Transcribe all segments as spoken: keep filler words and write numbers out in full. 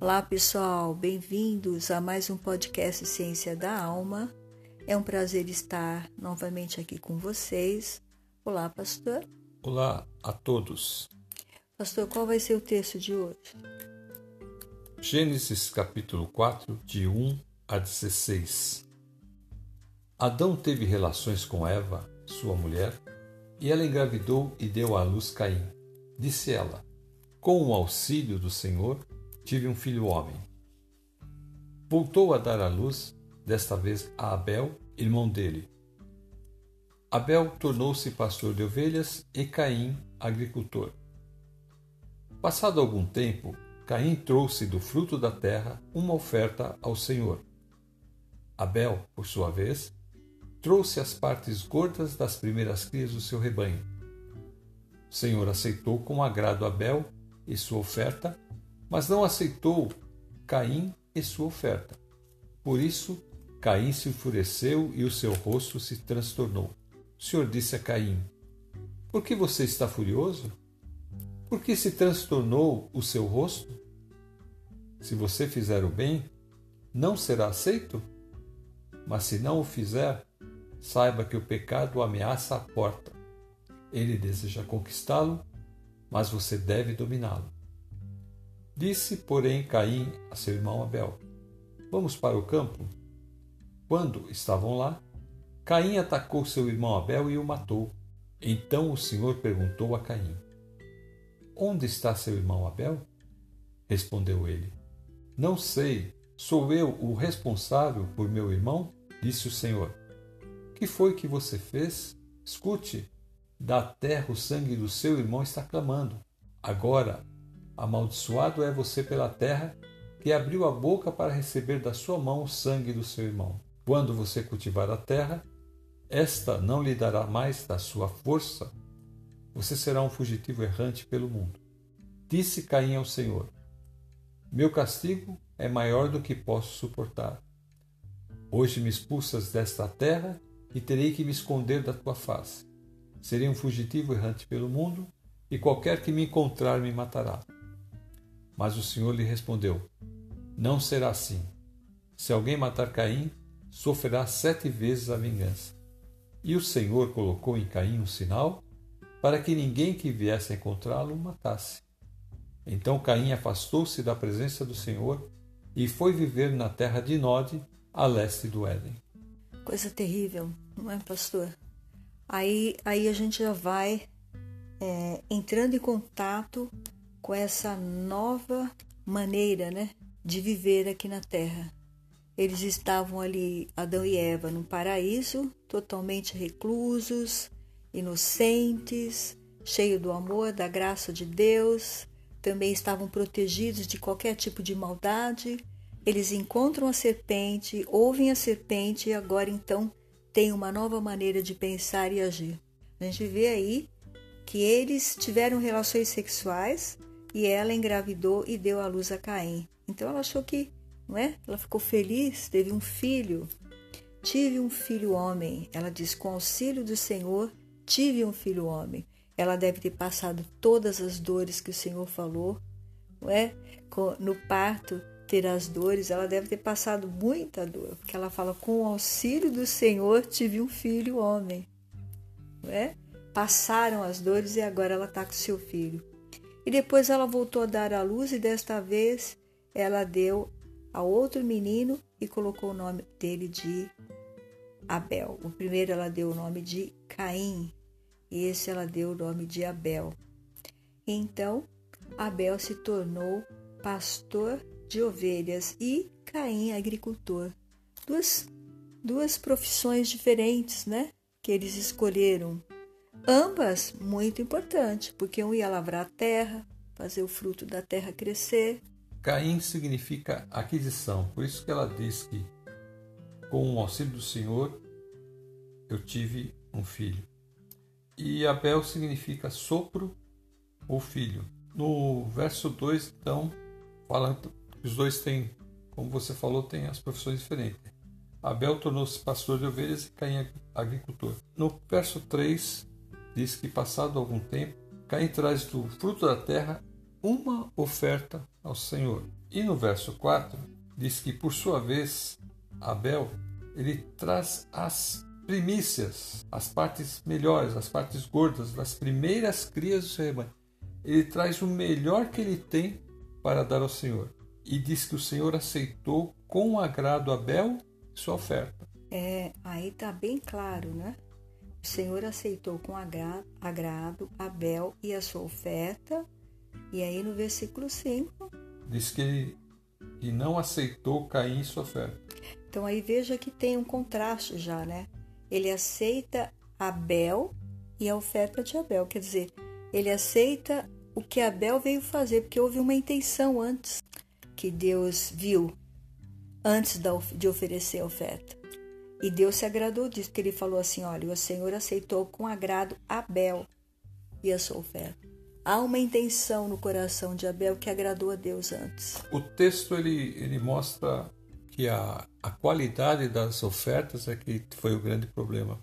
Olá pessoal, bem-vindos a mais um podcast Ciência da Alma. É um prazer estar novamente aqui com vocês. Olá, pastor. Olá a todos. Pastor, qual vai ser o texto de hoje? Gênesis capítulo quatro, de um a dezesseis. Adão teve relações com Eva, sua mulher, e ela engravidou e deu à luz Caim. Disse ela: com o auxílio do Senhor, tive um filho homem. Voltou a dar à luz, desta vez a Abel, irmão dele. Abel tornou-se pastor de ovelhas e Caim, agricultor. Passado algum tempo, Caim trouxe do fruto da terra uma oferta ao Senhor. Abel, por sua vez, trouxe as partes gordas das primeiras crias do seu rebanho. O Senhor aceitou com agrado Abel e sua oferta, mas não aceitou Caim e sua oferta. Por isso, Caim se enfureceu e o seu rosto se transtornou. O Senhor disse a Caim: por que você está furioso? Por que se transtornou o seu rosto? Se você fizer o bem, não será aceito? Mas se não o fizer, saiba que o pecado ameaça a porta. Ele deseja conquistá-lo, mas você deve dominá-lo. Disse, porém, Caim a seu irmão Abel: vamos para o campo? Quando estavam lá, Caim atacou seu irmão Abel e o matou. Então o Senhor perguntou a Caim: onde está seu irmão Abel? Respondeu ele: não sei, sou eu o responsável por meu irmão? Disse o Senhor: que foi que você fez? Escute, da terra o sangue do seu irmão está clamando. Agora, amaldiçoado é você pela terra, que abriu a boca para receber da sua mão o sangue do seu irmão. Quando você cultivar a terra, esta não lhe dará mais da sua força. Você será um fugitivo errante pelo mundo. Disse Caim ao Senhor: meu castigo é maior do que posso suportar. Hoje me expulsas desta terra e terei que me esconder da tua face. Serei um fugitivo errante pelo mundo, e qualquer que me encontrar me matará. Mas o Senhor lhe respondeu: não será assim. Se alguém matar Caim, sofrerá sete vezes a vingança. E o Senhor colocou em Caim um sinal, para que ninguém que viesse a encontrá-lo o matasse. Então Caim afastou-se da presença do Senhor e foi viver na terra de Nod, a leste do Éden. Coisa terrível, não é, pastor? Aí, aí a gente já vai é, entrando em contato com essa nova maneira, né, de viver aqui na Terra. Eles estavam ali, Adão e Eva, num paraíso, totalmente reclusos, inocentes, cheios do amor, da graça de Deus. Também estavam protegidos de qualquer tipo de maldade. Eles encontram a serpente, ouvem a serpente e agora então tem uma nova maneira de pensar e agir. A gente vê aí que eles tiveram relações sexuais e ela engravidou e deu à luz a Caim. Então ela achou que, não é? Ela ficou feliz, teve um filho. Tive um filho homem. Ela diz: com auxílio do Senhor, tive um filho homem. Ela deve ter passado todas as dores que o Senhor falou, não é? No parto, ter as dores, ela deve ter passado muita dor, porque ela fala: com o auxílio do Senhor tive um filho homem, não é? Passaram as dores e agora ela está com seu filho. E depois ela voltou a dar à luz e desta vez ela deu a outro menino e colocou o nome dele de Abel. O primeiro ela deu o nome de Caim e esse ela deu o nome de Abel. Então Abel se tornou pastor de ovelhas e Caim agricultor. Duas, duas profissões diferentes, né? Que eles escolheram. Ambas muito importantes, porque um ia lavrar a terra, fazer o fruto da terra crescer. Caim significa aquisição, por isso que ela diz que com o auxílio do Senhor eu tive um filho. E Abel significa sopro ou filho. No verso dois, então, fala que os dois têm, como você falou, têm as profissões diferentes. Abel tornou-se pastor de ovelhas e Caim agricultor. No verso três, diz que passado algum tempo, Caim traz do fruto da terra uma oferta ao Senhor. E no verso quatro, diz que, por sua vez, Abel, ele traz as primícias, as partes melhores, as partes gordas, das primeiras crias do seu rebanho. Ele traz o melhor que ele tem para dar ao Senhor. E diz que o Senhor aceitou com agrado Abel e sua oferta. É, aí está bem claro, né? O Senhor aceitou com agrado, agrado Abel e a sua oferta. E aí no versículo cinco... diz que ele que não aceitou Caim e sua oferta. Então aí veja que tem um contraste já, né? Ele aceita Abel e a oferta de Abel. Quer dizer, ele aceita o que Abel veio fazer, porque houve uma intenção antes que Deus viu, antes de oferecer a oferta. E Deus se agradou disso, porque ele falou assim, olha, o Senhor aceitou com agrado Abel e a sua oferta. Há uma intenção no coração de Abel que agradou a Deus antes. O texto ele, ele mostra que a, a qualidade das ofertas é que foi o grande problema.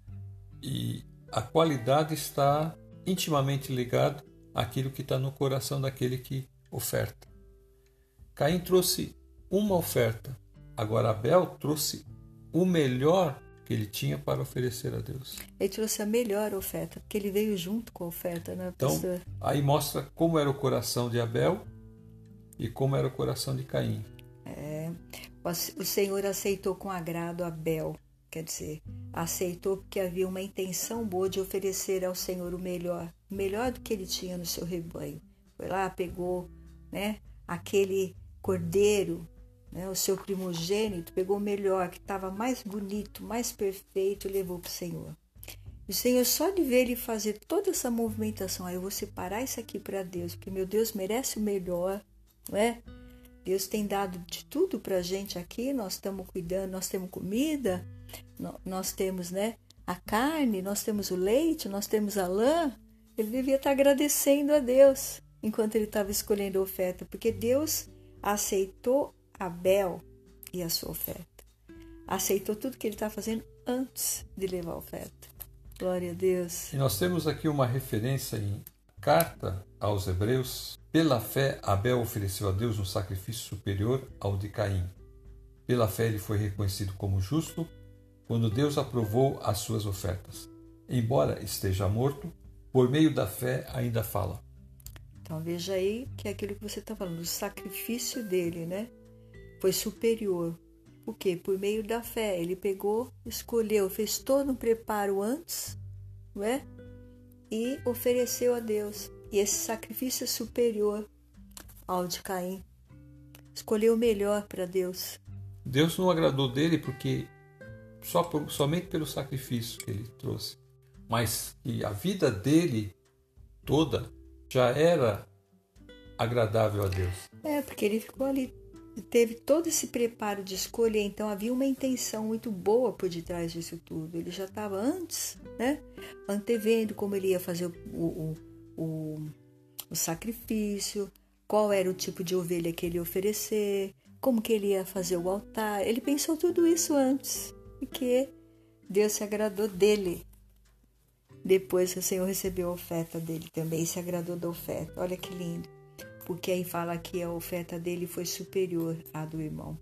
E a qualidade está intimamente ligada àquilo que está no coração daquele que oferta. Caim trouxe uma oferta, agora Abel trouxe o melhor que ele tinha para oferecer a Deus. Ele trouxe a melhor oferta, porque ele veio junto com a oferta, né, pastor? Então, aí mostra como era o coração de Abel e como era o coração de Caim. É, o Senhor aceitou com agrado Abel, quer dizer, aceitou porque havia uma intenção boa de oferecer ao Senhor o melhor, o melhor do que ele tinha no seu rebanho. Foi lá, pegou, né, aquele cordeiro, né, o seu primogênito, pegou o melhor, que estava mais bonito, mais perfeito, e levou para o Senhor. E o Senhor, só de ver ele fazer toda essa movimentação, aí eu vou separar isso aqui para Deus, porque meu Deus merece o melhor, não é? Deus tem dado de tudo para a gente aqui, nós estamos cuidando, nós temos comida, nós temos, né, a carne, nós temos o leite, nós temos a lã. Ele devia estar agradecendo a Deus enquanto ele estava escolhendo a oferta, porque Deus aceitou Abel e a sua oferta. Aceitou tudo que ele está fazendo antes de levar a oferta. Glória a Deus. E nós temos aqui uma referência em Carta aos Hebreus. Pela fé, Abel ofereceu a Deus um sacrifício superior ao de Caim. Pela fé, ele foi reconhecido como justo quando Deus aprovou as suas ofertas. Embora esteja morto, por meio da fé ainda fala. Então veja aí que é aquilo que você está falando, o sacrifício dele, né? Foi superior. Por quê? Por meio da fé. Ele pegou, escolheu, fez todo um preparo antes, não é? E ofereceu a Deus. E esse sacrifício é superior ao de Caim. Escolheu o melhor para Deus. Deus não agradou dele porque só por, somente pelo sacrifício que ele trouxe, mas que a vida dele toda já era agradável a Deus. É, porque ele ficou ali, teve todo esse preparo de escolha, então havia uma intenção muito boa por detrás disso tudo. Ele já estava antes, né, antevendo como ele ia fazer o, o, o, o sacrifício, qual era o tipo de ovelha que ele ia oferecer, como que ele ia fazer o altar. Ele pensou tudo isso antes, porque Deus se agradou dele. Depois o Senhor recebeu a oferta dele também, se agradou da oferta. Olha que lindo. Porque aí fala que a oferta dele foi superior à do irmão.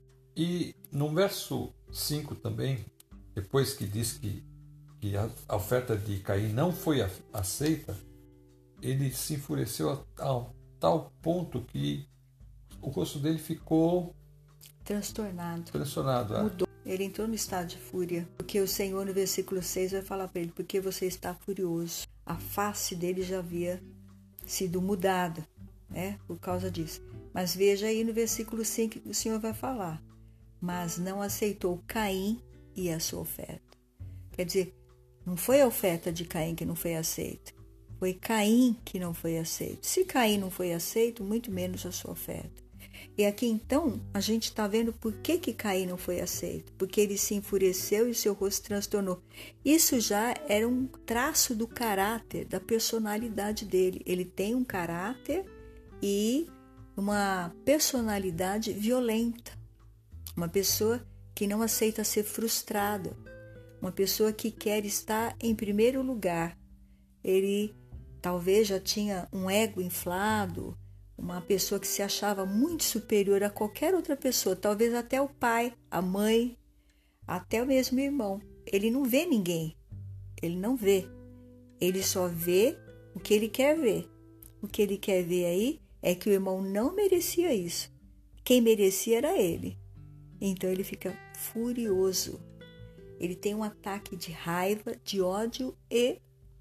E no verso cinco também, depois que diz que, que a oferta de Caim não foi aceita, ele se enfureceu a tal, tal ponto que o rosto dele ficou transtornado. transtornado. Mudou. Ele entrou no estado de fúria, porque o Senhor no versículo seis vai falar para ele, porque você está furioso. A face dele já havia sido mudada, né, por causa disso. Mas veja aí no versículo cinco que o Senhor vai falar, mas não aceitou Caim e a sua oferta. Quer dizer, não foi a oferta de Caim que não foi aceita, foi Caim que não foi aceito. Se Caim não foi aceito, muito menos a sua oferta. E aqui então a gente está vendo por que, que Caim não foi aceito. Porque ele se enfureceu e seu rosto transtornou. Isso já era um traço do caráter, da personalidade dele. Ele tem um caráter e uma personalidade violenta. Uma pessoa que não aceita ser frustrada. Uma pessoa que quer estar em primeiro lugar. Ele talvez já tinha um ego inflado, uma pessoa que se achava muito superior a qualquer outra pessoa, talvez até o pai, a mãe, até o mesmo irmão. Ele não vê ninguém, ele não vê, ele só vê o que ele quer ver. O que ele quer ver aí é que o irmão não merecia isso. Quem merecia era ele. Então ele fica furioso. Ele tem um ataque de raiva, de ódio e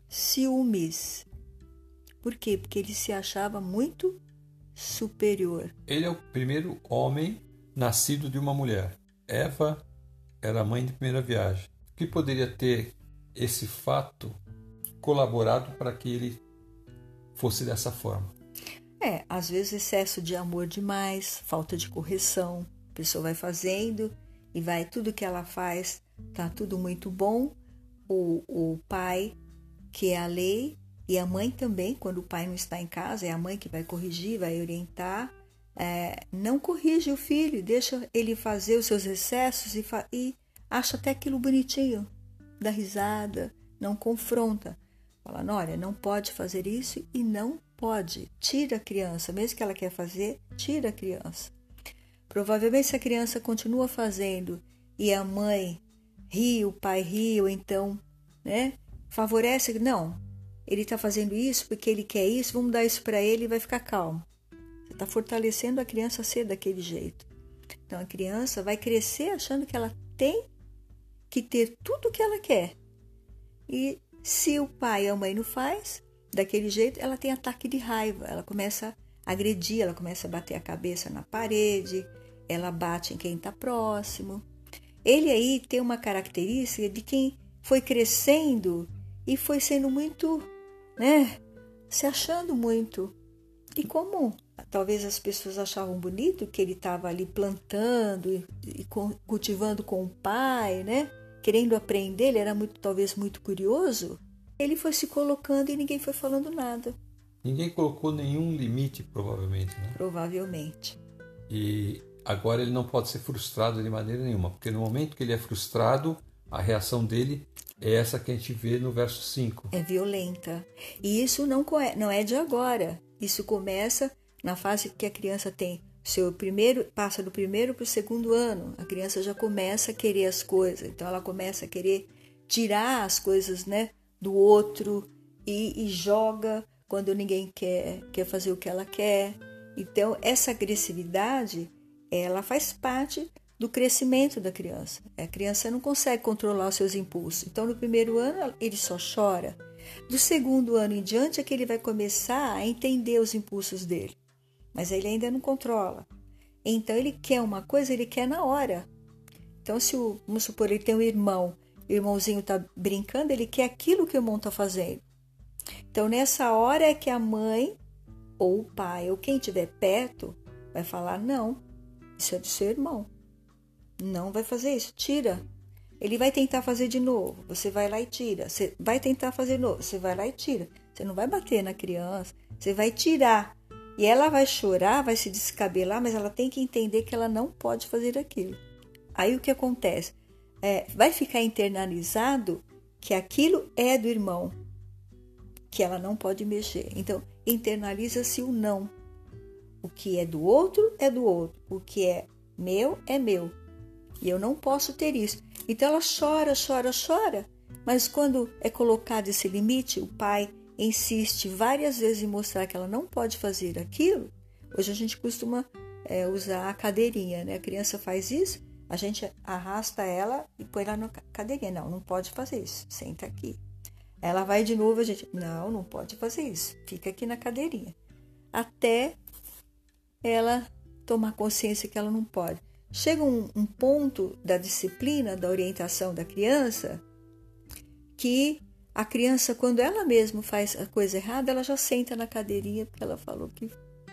ciúmes. Por quê? Porque ele se achava muito superior. Ele é o primeiro homem nascido de uma mulher. Eva era a mãe de primeira viagem. O que poderia ter esse fato colaborado para que ele fosse dessa forma? É, às vezes excesso de amor demais, falta de correção. A pessoa vai fazendo e vai, tudo que ela faz, tá tudo muito bom. O, o pai, que é a lei, e a mãe também, quando o pai não está em casa, é a mãe que vai corrigir, vai orientar. É, não corrige o filho, deixa ele fazer os seus excessos e, fa- e acha até aquilo bonitinho, dá risada, não confronta. Fala, olha, não pode fazer isso e não pode. Tira a criança, mesmo que ela quer fazer, tira a criança. Provavelmente se a criança continua fazendo e a mãe ri, o pai ri, ou então, né, favorece, não, ele está fazendo isso porque ele quer isso, vamos dar isso para ele e vai ficar calmo. Você está fortalecendo a criança a ser daquele jeito. Então a criança vai crescer achando que ela tem que ter tudo o que ela quer. E se o pai e a mãe não faz daquele jeito, ela tem ataque de raiva, ela começa a agredir, ela começa a bater a cabeça na parede, ela bate em quem está próximo. Ele aí tem uma característica de quem foi crescendo e foi sendo muito, né, se achando muito. E como talvez as pessoas achavam bonito que ele estava ali plantando e, e cultivando com o pai, né, querendo aprender, ele era muito, talvez muito curioso, ele foi se colocando e ninguém foi falando nada. Ninguém colocou nenhum limite, provavelmente, né? Provavelmente. E agora ele não pode ser frustrado de maneira nenhuma, porque no momento que ele é frustrado, a reação dele é essa que a gente vê no verso cinco. É violenta. E isso não, não é de agora. Isso começa na fase que a criança tem seu primeiro, passa do primeiro para o segundo ano. A criança já começa a querer as coisas. Então ela começa a querer tirar as coisas, né, do outro e, e joga quando ninguém quer, quer fazer o que ela quer. Então essa agressividade, ela faz parte do crescimento da criança. A criança não consegue controlar os seus impulsos. Então, no primeiro ano, ele só chora. Do segundo ano em diante é que ele vai começar a entender os impulsos dele. Mas ele ainda não controla. Então, ele quer uma coisa, ele quer na hora. Então, se o, vamos supor, ele tem um irmão, o irmãozinho está brincando, ele quer aquilo que o irmão está fazendo. Então, nessa hora é que a mãe, ou o pai, ou quem estiver perto, vai falar, não, isso é do seu irmão. Não vai fazer isso, tira. Ele vai tentar fazer de novo, você vai lá e tira. Você vai tentar fazer de novo, você vai lá e tira. Você não vai bater na criança, você vai tirar. E ela vai chorar, vai se descabelar, mas ela tem que entender que ela não pode fazer aquilo. Aí o que acontece? É, vai ficar internalizado que aquilo é do irmão, que ela não pode mexer. Então, internaliza-se o não. O que é do outro, é do outro. O que é meu, é meu. E eu não posso ter isso. Então ela chora, chora, chora. Mas quando é colocado esse limite, o pai insiste várias vezes em mostrar que ela não pode fazer aquilo. Hoje a gente costuma é, usar a cadeirinha, né? A criança faz isso, a gente arrasta ela e põe ela na cadeirinha. Não, não pode fazer isso. Senta aqui. Ela vai de novo, a gente... Não, não pode fazer isso. Fica aqui na cadeirinha. Até ela tomar consciência que ela não pode. Chega um, um ponto da disciplina, da orientação da criança, que a criança, quando ela mesma faz a coisa errada, ela já senta na cadeirinha, porque ela falou que...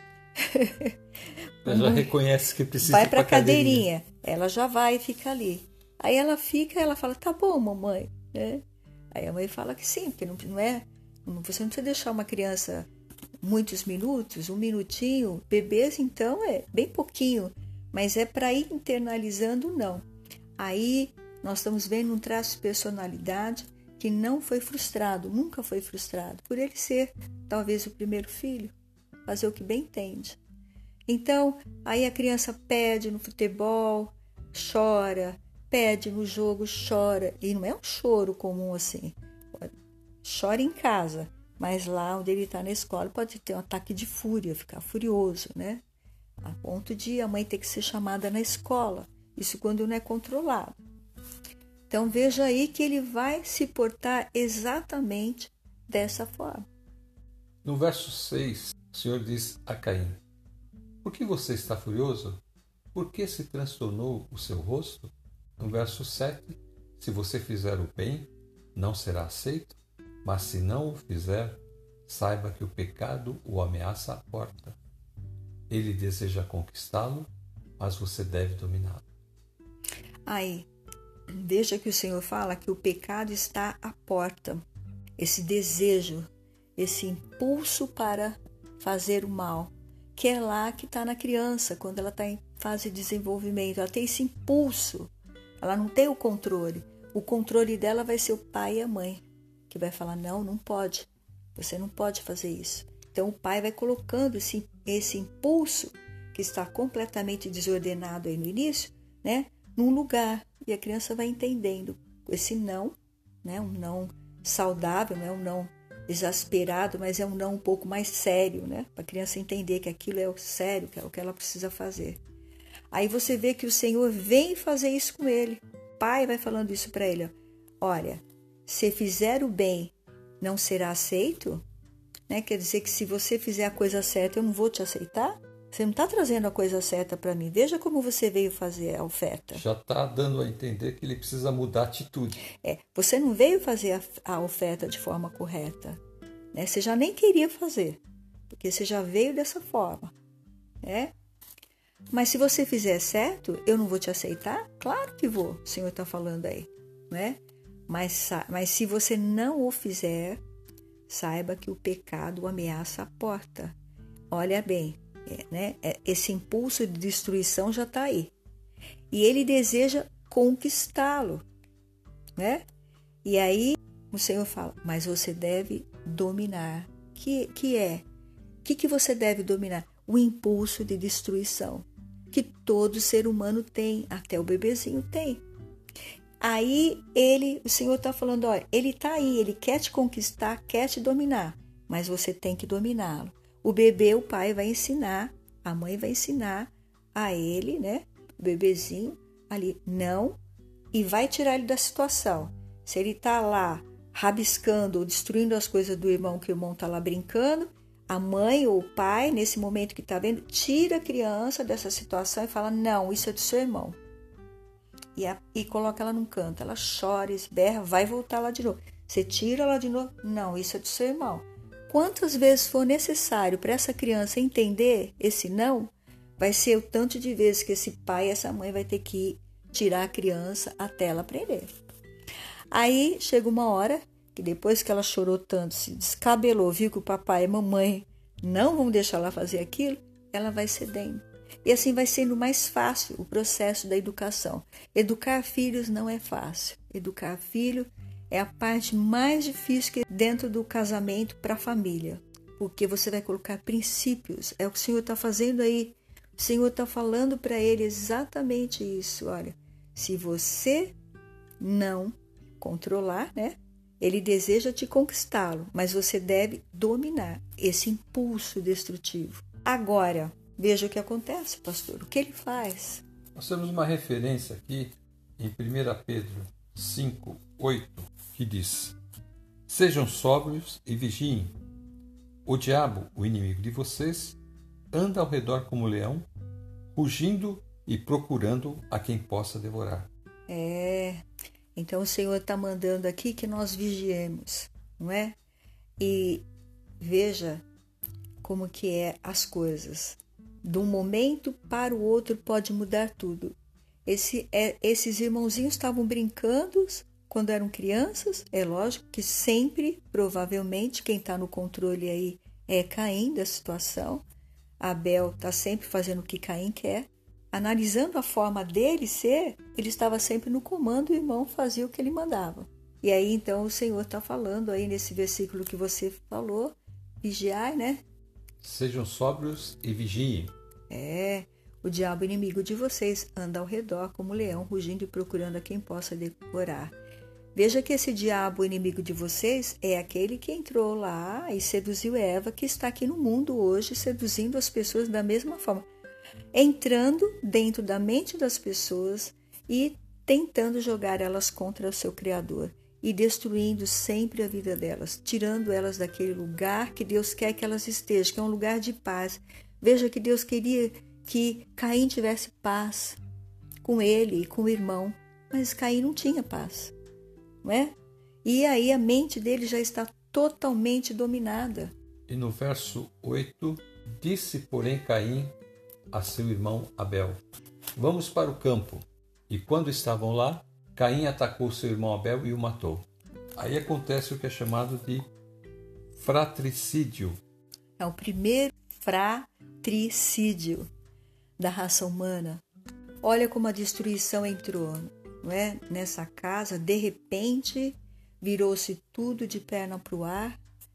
ela já reconhece que precisa vai ir para a cadeirinha. cadeirinha. Ela já vai e fica ali. Aí ela fica, ela fala, tá bom, mamãe. Né? Aí a mãe fala que sim, porque não, não é... Você não precisa deixar uma criança muitos minutos, um minutinho. Bebês, então, é bem pouquinho. Mas é para ir internalizando, não. Aí nós estamos vendo um traço de personalidade que não foi frustrado, nunca foi frustrado, por ele ser talvez o primeiro filho, fazer o que bem entende. Então, aí a criança pede no futebol, chora, pede no jogo, chora, e não é um choro comum assim, chora em casa, mas lá onde ele está na escola pode ter um ataque de fúria, ficar furioso, né? A ponto de a mãe ter que ser chamada na escola, isso quando não é controlado. Então veja aí que ele vai se portar exatamente dessa forma. No verso seis, o Senhor diz a Caim: por que você está furioso? Por que se transtornou o seu rosto? No verso sete, se você fizer o bem, não será aceito, mas se não o fizer, saiba que o pecado o ameaça à porta. Ele deseja conquistá-lo, mas você deve dominá-lo. Aí, veja que o Senhor fala que o pecado está à porta. Esse desejo, esse impulso para fazer o mal, que é lá que está na criança, quando ela está em fase de desenvolvimento. Ela tem esse impulso, ela não tem o controle. O controle dela vai ser o pai e a mãe, que vai falar, não, não pode, você não pode fazer isso. Então o pai vai colocando esse, esse impulso, que está completamente desordenado aí no início, né, num lugar, e a criança vai entendendo esse não, né, um não saudável, não é um não exasperado, mas é um não um pouco mais sério, né, para a criança entender que aquilo é o sério, que é o que ela precisa fazer. Aí você vê que o Senhor vem fazer isso com ele. O pai vai falando isso para ele, ó, olha, se fizer o bem, não será aceito, né? Quer dizer que se você fizer a coisa certa, eu não vou te aceitar? Você não está trazendo a coisa certa para mim. Veja como você veio fazer a oferta. Já está dando a entender que ele precisa mudar a atitude. É, você não veio fazer a, a oferta de forma correta, né? Você já nem queria fazer, porque você já veio dessa forma, né? Mas se você fizer certo, eu não vou te aceitar? Claro que vou, o Senhor está falando aí, né? Mas, mas se você não o fizer, saiba que o pecado ameaça a porta. Olha bem, é, né? Esse impulso de destruição já está aí. E ele deseja conquistá-lo, né? E aí o Senhor fala, mas você deve dominar. Que, que é? O que, que você deve dominar? O impulso de destruição, que todo ser humano tem, até o bebezinho tem. Aí ele, o Senhor está falando, olha, ele está aí, ele quer te conquistar, quer te dominar, mas você tem que dominá-lo. O bebê, o pai vai ensinar, a mãe vai ensinar a ele, né, o bebezinho ali, não, e vai tirar ele da situação. Se ele está lá rabiscando ou destruindo as coisas do irmão, que o irmão está lá brincando, a mãe ou o pai, nesse momento que está vendo, tira a criança dessa situação e fala, não, isso é do seu irmão. E, a, e coloca ela num canto, ela chora, esberra, vai voltar lá de novo. Você tira ela de novo, não, isso é do seu irmão. Quantas vezes for necessário para essa criança entender esse não, vai ser o tanto de vezes que esse pai e essa mãe vai ter que tirar a criança até ela aprender. Aí chega uma hora que depois que ela chorou tanto, se descabelou, viu que o papai e a mamãe não vão deixar ela fazer aquilo, ela vai cedendo. E assim vai sendo mais fácil o processo da educação. Educar filhos não é fácil. Educar filho é a parte mais difícil que dentro do casamento para a família. Porque você vai colocar princípios. É o que o Senhor está fazendo aí. O Senhor está falando para ele exatamente isso. Olha, se você não controlar, né? Ele deseja te conquistá-lo, mas você deve dominar esse impulso destrutivo. Agora, veja o que acontece, pastor. O que ele faz? Nós temos uma referência aqui em primeira Pedro cinco, oito, que diz: sejam sóbrios e vigiem. O diabo, o inimigo de vocês, anda ao redor como leão, rugindo e procurando a quem possa devorar. É, então o Senhor está mandando aqui que nós vigiemos, não é? E veja como que é as coisas. De um momento para o outro pode mudar tudo. Esse, é, esses irmãozinhos estavam brincando quando eram crianças. É lógico que sempre, provavelmente, quem está no controle aí é Caim da situação. Abel está sempre fazendo o que Caim quer. Analisando a forma dele ser, ele estava sempre no comando e o irmão fazia o que ele mandava. E aí então o Senhor está falando aí nesse versículo que você falou, vigiai, né? Sejam sóbrios e vigiem. É, o diabo inimigo de vocês anda ao redor como um leão, rugindo e procurando a quem possa devorar. Veja que esse diabo inimigo de vocês é aquele que entrou lá e seduziu Eva, que está aqui no mundo hoje, seduzindo as pessoas da mesma forma. Entrando dentro da mente das pessoas e tentando jogar elas contra o seu Criador e destruindo sempre a vida delas, tirando elas daquele lugar que Deus quer que elas estejam, que é um lugar de paz. Veja que Deus queria que Caim tivesse paz com ele e com o irmão, mas Caim não tinha paz, não é? E aí a mente dele já está totalmente dominada. E no verso oito, disse, porém, Caim a seu irmão Abel: vamos para o campo. E quando estavam lá, Caim atacou seu irmão Abel e o matou. Aí acontece o que é chamado de fratricídio. É o primeiro fratricídio da raça humana. Olha como a destruição entrou, não é? Nessa casa, de repente, virou-se tudo de perna para o ar.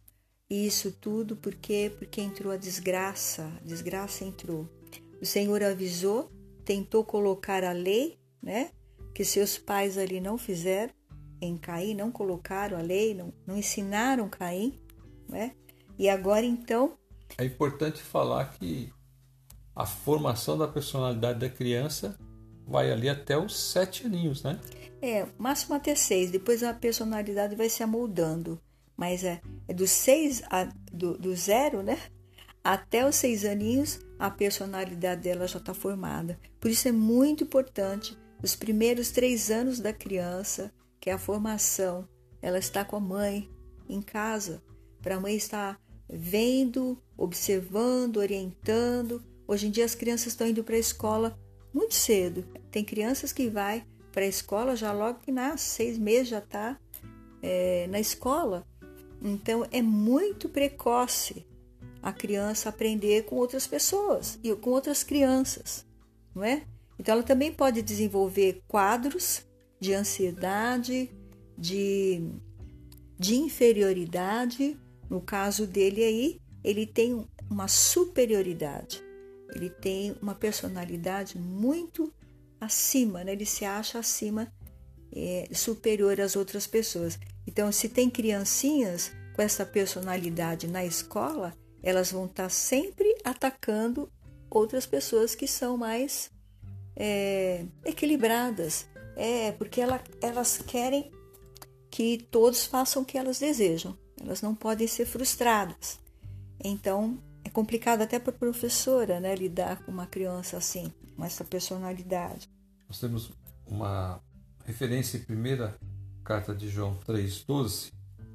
E isso tudo por quê? Porque entrou a desgraça. A desgraça entrou. O Senhor avisou, tentou colocar a lei, né? Que seus pais ali não fizeram em Caim, não colocaram a lei, não, não ensinaram Caim, né? E agora então... É importante falar que a formação da personalidade da criança vai ali até os sete aninhos, né? É, máximo até seis, depois a personalidade vai se amoldando, mas é, é do seis, a, do, do zero, né? Até os seis aninhos, a personalidade dela já está formada. Por isso é muito importante, os primeiros três anos da criança, que é a formação, ela está com a mãe em casa, para a mãe estar vendo, observando, orientando. Hoje em dia as crianças estão indo para a escola muito cedo. Tem crianças que vai para a escola já logo que nasce, seis meses já está é, na escola. Então é muito precoce a criança aprender com outras pessoas e com outras crianças, não é? Então ela também pode desenvolver quadros de ansiedade, de, de inferioridade. No caso dele aí, ele tem uma superioridade, ele tem uma personalidade muito acima, né? Ele se acha acima, é, superior às outras pessoas. Então, se tem criancinhas com essa personalidade na escola, elas vão estar sempre atacando outras pessoas que são mais é, equilibradas. É, porque ela, elas querem que todos façam o que elas desejam. Elas não podem ser frustradas. Então, é complicado até para a professora, né, lidar com uma criança assim, com essa personalidade. Nós temos uma referência em primeira carta de João três, doze.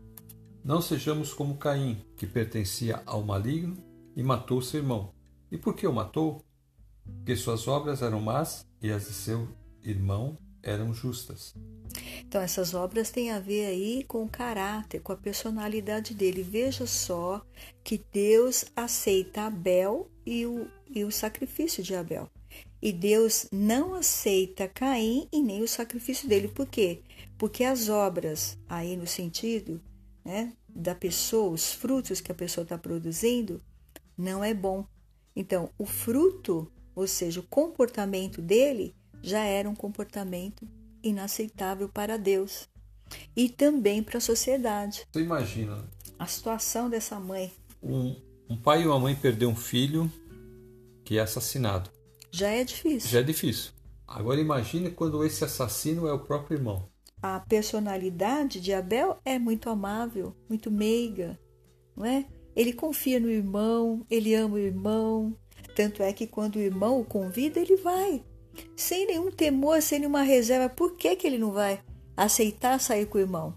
Não sejamos como Caim, que pertencia ao maligno e matou seu irmão. E por que o matou? Porque suas obras eram más e as de seu irmão eram justas. Então, essas obras têm a ver aí com o caráter, com a personalidade dele. Veja só que Deus aceita Abel e o, e o sacrifício de Abel. E Deus não aceita Caim e nem o sacrifício dele. Por quê? Porque as obras, aí no sentido, né, da pessoa, os frutos que a pessoa está produzindo, não é bom. Então, o fruto, ou seja, o comportamento dele, já era um comportamento inaceitável para Deus e também para a sociedade. Você imagina a situação dessa mãe. Um, um pai e uma mãe perder um filho que é assassinado. Já é difícil. Já é difícil. Agora imagine quando esse assassino é o próprio irmão. A personalidade de Abel é muito amável, muito meiga, não é? Ele confia no irmão, ele ama o irmão. Tanto é que quando o irmão o convida, ele vai. Sem nenhum temor, sem nenhuma reserva. Por que que ele não vai aceitar sair com o irmão?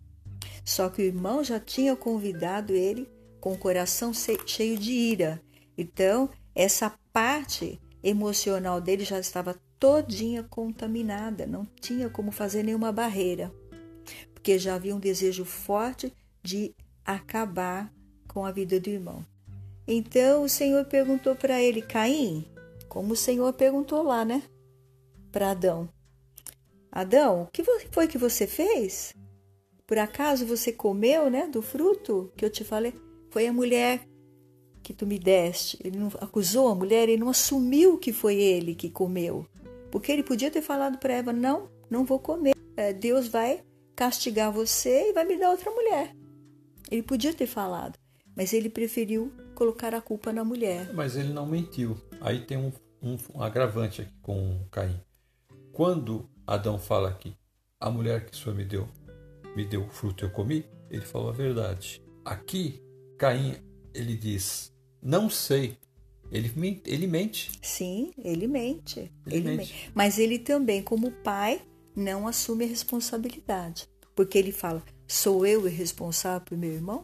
Só que o irmão já tinha convidado ele com o coração cheio de ira. Então, essa parte emocional dele já estava todinha contaminada. Não tinha como fazer nenhuma barreira. Porque já havia um desejo forte de acabar com a vida do irmão. Então, o Senhor perguntou para ele, Caim, como o Senhor perguntou lá, né? Para Adão. Adão, o que foi que você fez? por acaso você comeu, né, do fruto que eu te falei? Foi a mulher que tu me deste. Ele não acusou a mulher, ele não assumiu que foi ele que comeu. Porque ele podia ter falado para Eva, não, não vou comer. É, Deus vai castigar você e vai me dar outra mulher. Ele podia ter falado, mas ele preferiu colocar a culpa na mulher. Mas ele não mentiu. Aí tem um, um, um agravante aqui com Caim. Quando Adão fala que a mulher que o Senhor me deu, me deu o fruto e eu comi, ele falou a verdade. Aqui, Caim, ele diz, não sei. Ele, ele mente. Sim, ele mente. Ele, ele mente. mente. Mas ele também, como pai, não assume a responsabilidade. Porque ele fala, sou eu o responsável por meu irmão?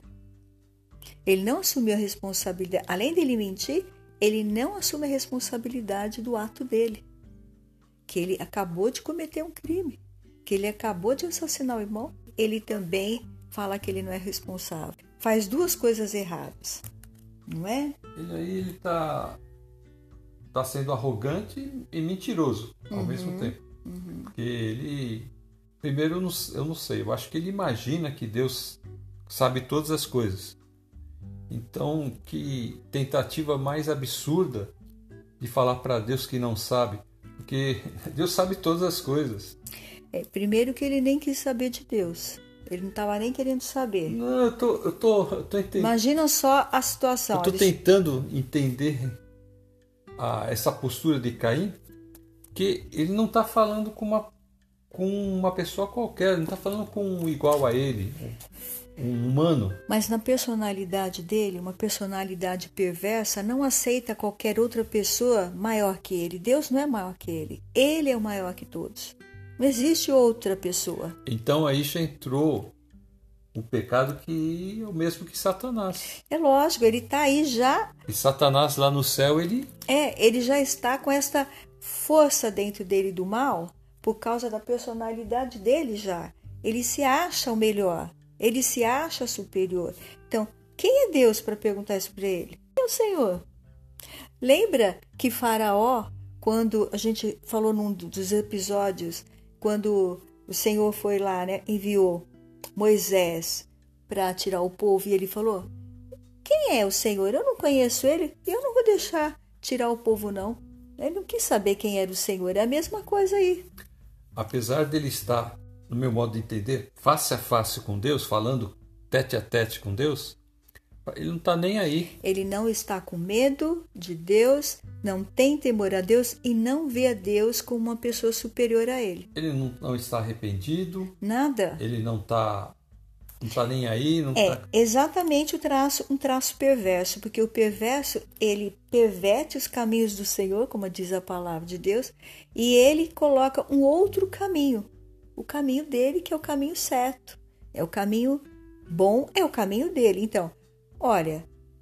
Ele não assumiu a responsabilidade. Além dele mentir, ele não assume a responsabilidade do ato dele. Que ele acabou de cometer um crime. Que ele acabou de assassinar o irmão. Ele também fala que ele não é responsável. Faz duas coisas erradas. Não é? Ele aí ele tá, tá sendo arrogante e mentiroso ao uhum, mesmo tempo. Uhum. Porque ele... Primeiro, eu não, eu não sei. Eu acho que ele imagina que Deus sabe todas as coisas. Então, que tentativa mais absurda de falar para Deus que não sabe. Porque Deus sabe todas as coisas. É, primeiro que ele nem quis saber de Deus. Ele não estava nem querendo saber. Não, eu tô, eu tô, eu tô entendendo. Imagina só a situação. Eu tô tentando entender a, essa postura de Caim, que ele não está falando com uma, com uma pessoa qualquer, ele não está falando com um igual a ele, um humano. Mas na personalidade dele, uma personalidade perversa, não aceita qualquer outra pessoa maior que ele. Deus não é maior que ele. Ele é o maior que todos. Não existe outra pessoa. Então aí já entrou o pecado que é o mesmo que Satanás. É lógico, ele está aí já. E Satanás lá no céu, ele... É, ele já está com essa força dentro dele do mal por causa da personalidade dele já. Ele se acha o melhor, ele se acha superior. Então, quem é Deus para perguntar isso para ele? É o Senhor. Lembra que Faraó, quando a gente falou num dos episódios, quando o Senhor foi lá, né, enviou Moisés para tirar o povo e ele falou, quem é o Senhor? Eu não conheço ele e eu não vou deixar tirar o povo não. Ele não quis saber quem era o Senhor, é a mesma coisa aí. Apesar dele estar, no meu modo de entender, face a face com Deus, falando tete a tete com Deus, ele não está nem aí. Ele não está com medo de Deus, não tem temor a Deus e não vê a Deus como uma pessoa superior a ele. Ele não, não está arrependido. Nada. Ele não está não tá nem aí. Não é tá... exatamente o traço, um traço perverso, porque o perverso, ele perverte os caminhos do Senhor, como diz a palavra de Deus, e ele coloca um outro caminho. O caminho dele, que é o caminho certo. É o caminho bom, é o caminho dele. Então, olha,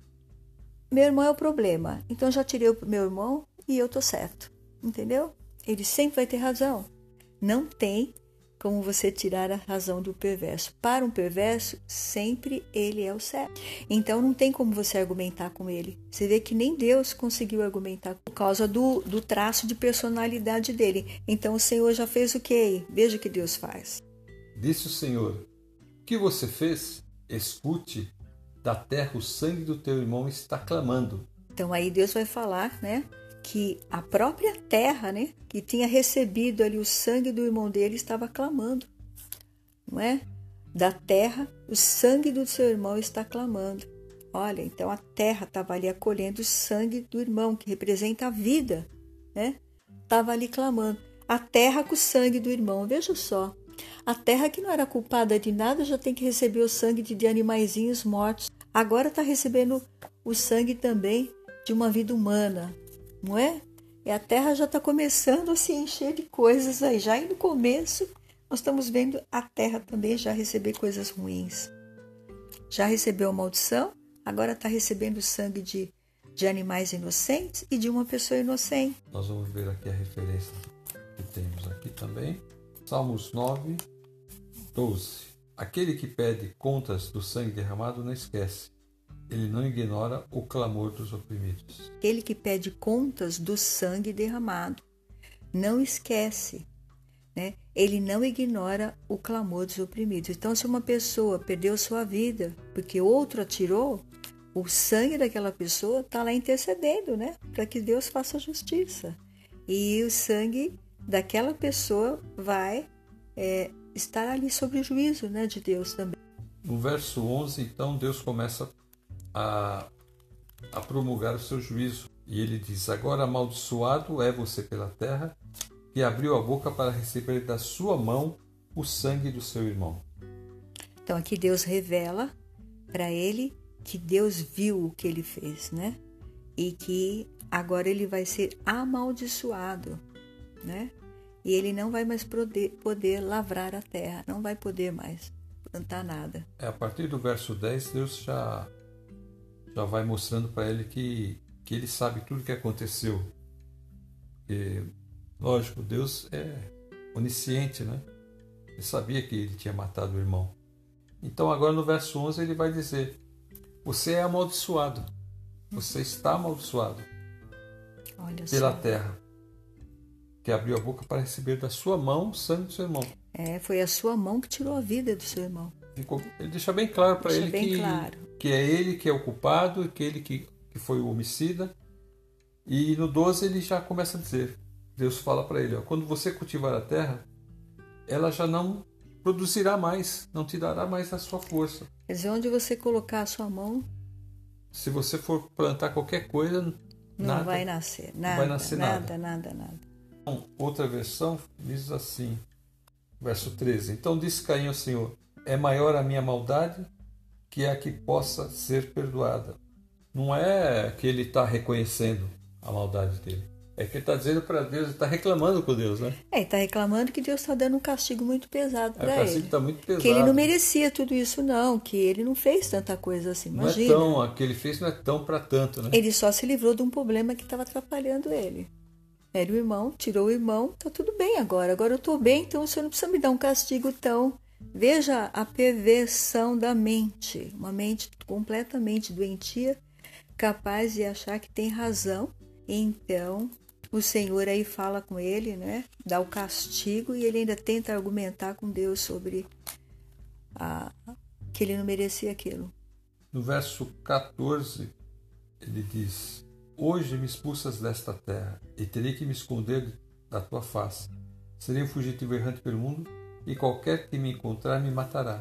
meu irmão é o problema, então já tirei o meu irmão e eu tô certo, entendeu? Ele sempre vai ter razão. Não tem como você tirar a razão do perverso. Para um perverso, sempre ele é o certo. Então não tem como você argumentar com ele. Você vê que nem Deus conseguiu argumentar por causa do, do traço de personalidade dele. Então o Senhor já fez o quê? Veja o que Deus faz. Disse o Senhor, o que você fez? Escute. Da terra o sangue do teu irmão está clamando. Então aí Deus vai falar, né, que a própria terra, né, que tinha recebido ali o sangue do irmão dele estava clamando, não é? Da terra o sangue do seu irmão está clamando. Olha, então a terra estava ali acolhendo o sangue do irmão, que representa a vida, né? Estava ali clamando. A terra com o sangue do irmão, veja só. A terra que não era culpada de nada já tem que receber o sangue de, de animaizinhos mortos. Agora está recebendo o sangue também de uma vida humana, não é? E a terra já está começando a se encher de coisas aí. Já aí no começo, nós estamos vendo a terra também já receber coisas ruins. Já recebeu a maldição, agora está recebendo o sangue de, de animais inocentes e de uma pessoa inocente. Nós vamos ver aqui a referência que temos aqui também. Salmos nove, doze. Aquele que pede contas do sangue derramado não esquece. Ele não ignora o clamor dos oprimidos. Aquele que pede contas do sangue derramado não esquece. né? Ele não ignora o clamor dos oprimidos. Então, se uma pessoa perdeu sua vida porque outro atirou, o sangue daquela pessoa está lá intercedendo, né? Para que Deus faça justiça. E o sangue daquela pessoa vai é, estar ali sob o juízo, né, de Deus também. No verso onze, então, Deus começa a, a promulgar o seu juízo. E ele diz: agora amaldiçoado é você pela terra, que abriu a boca para receber da sua mão o sangue do seu irmão. Então aqui Deus revela para ele que Deus viu o que ele fez, né? E que agora ele vai ser amaldiçoado, né? E ele não vai mais poder, poder lavrar a terra, não vai poder mais plantar nada. É, a partir do verso dez, Deus já, já vai mostrando para ele que, que ele sabe tudo o que aconteceu. E, lógico, Deus é onisciente, né? Ele sabia que ele tinha matado o irmão. Então agora no verso onze ele vai dizer: você é amaldiçoado, você está amaldiçoado Olha pela só. terra, que abriu a boca para receber da sua mão o sangue do seu irmão. É, foi a sua mão que tirou a vida do seu irmão. Ficou, ele deixa bem claro para ele bem que, claro. que é ele que é o culpado, e que ele que, que foi o homicida. E no doze ele já começa a dizer, Deus fala para ele, ó, quando você cultivar a terra, ela já não produzirá mais, não te dará mais a sua força. Quer dizer, onde você colocar a sua mão, Se você for plantar qualquer coisa, não nada, vai nascer. Nada, não vai nascer nada, nada. nada, nada. Então, outra versão diz assim, verso treze. Então disse Caim ao Senhor: é maior a minha maldade que a que possa ser perdoada. Não é que ele está reconhecendo a maldade dele. É que ele está dizendo para Deus, ele está reclamando com Deus, né? É, ele está reclamando que Deus está dando um castigo muito pesado É, para o castigo ele. está muito pesado. Que ele não merecia tudo isso, não. Que ele não fez tanta coisa assim. Imagina. Não é tão, o que ele fez não é tão para tanto, né? Ele só se livrou de um problema que estava atrapalhando ele. Era o irmão, tirou o irmão, tá tudo bem agora. Agora eu estou bem, então o senhor não precisa me dar um castigo tão... Veja a perversão da mente. Uma mente completamente doentia, capaz de achar que tem razão. Então, o Senhor aí fala com ele, né? Dá o castigo e ele ainda tenta argumentar com Deus sobre a... que ele não merecia aquilo. No verso catorze, ele diz: hoje me expulsas desta terra, e terei que me esconder da tua face. Serei um fugitivo errante pelo mundo, e qualquer que me encontrar me matará.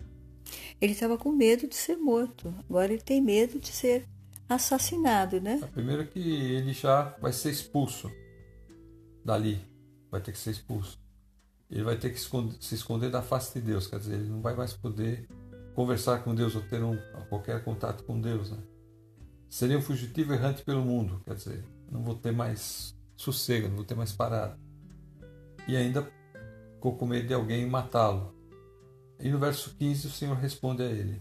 Ele estava com medo de ser morto. Agora ele tem medo de ser assassinado, né? Primeiro que ele já vai ser expulso dali, vai ter que ser expulso. Ele vai ter que esconder, se esconder da face de Deus, quer dizer, ele não vai mais poder conversar com Deus ou ter um, qualquer contato com Deus, né? Seria um fugitivo errante pelo mundo, quer dizer, não vou ter mais sossego, não vou ter mais parada. E ainda ficou com medo de alguém matá-lo. E no verso quinze o Senhor responde a ele: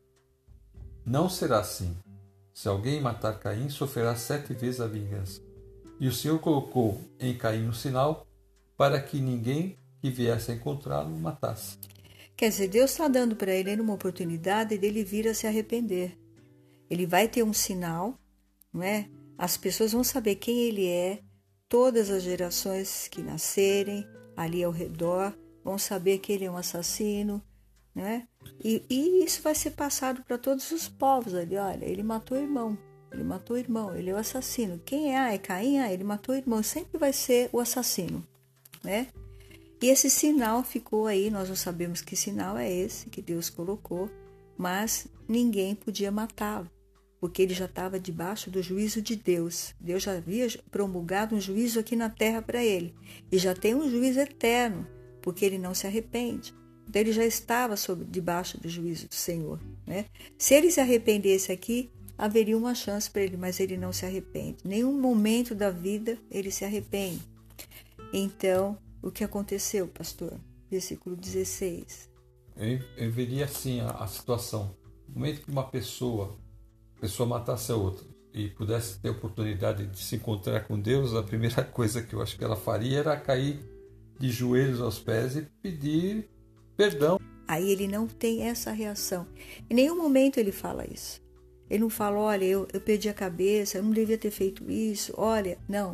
não será assim. Se alguém matar Caim, sofrerá sete vezes a vingança. E o Senhor colocou em Caim um sinal para que ninguém que viesse a encontrá-lo o matasse. Quer dizer, Deus está dando para ele uma oportunidade dele vir a se arrepender. Ele vai ter um sinal, não é? As pessoas vão saber quem ele é, todas as gerações que nascerem ali ao redor vão saber que ele é um assassino, né? E, e isso vai ser passado para todos os povos ali. Olha, ele matou o irmão, ele matou o irmão, ele é o assassino. Quem é? Ah, é Caim? Ah, ele matou o irmão. Sempre vai ser o assassino, né? E esse sinal ficou aí, nós não sabemos que sinal é esse que Deus colocou, mas ninguém podia matá-lo, porque ele já estava debaixo do juízo de Deus. Deus já havia promulgado um juízo aqui na terra para ele, e já tem um juízo eterno, porque ele não se arrepende. Então ele já estava sob, debaixo do juízo do Senhor, né? Se ele se arrependesse aqui, haveria uma chance para ele, mas ele não se arrepende. Nenhum momento da vida ele se arrepende. Então, o que aconteceu, pastor? Versículo dezesseis. Eu, eu veria assim a, a situação. No momento que uma pessoa, pessoa matasse a outra e pudesse ter a oportunidade de se encontrar com Deus, a primeira coisa que eu acho que ela faria era cair de joelhos aos pés e pedir perdão. Aí ele não tem essa reação. Em nenhum momento ele fala isso. Ele não fala, olha, eu, eu perdi a cabeça, eu não devia ter feito isso, olha, não.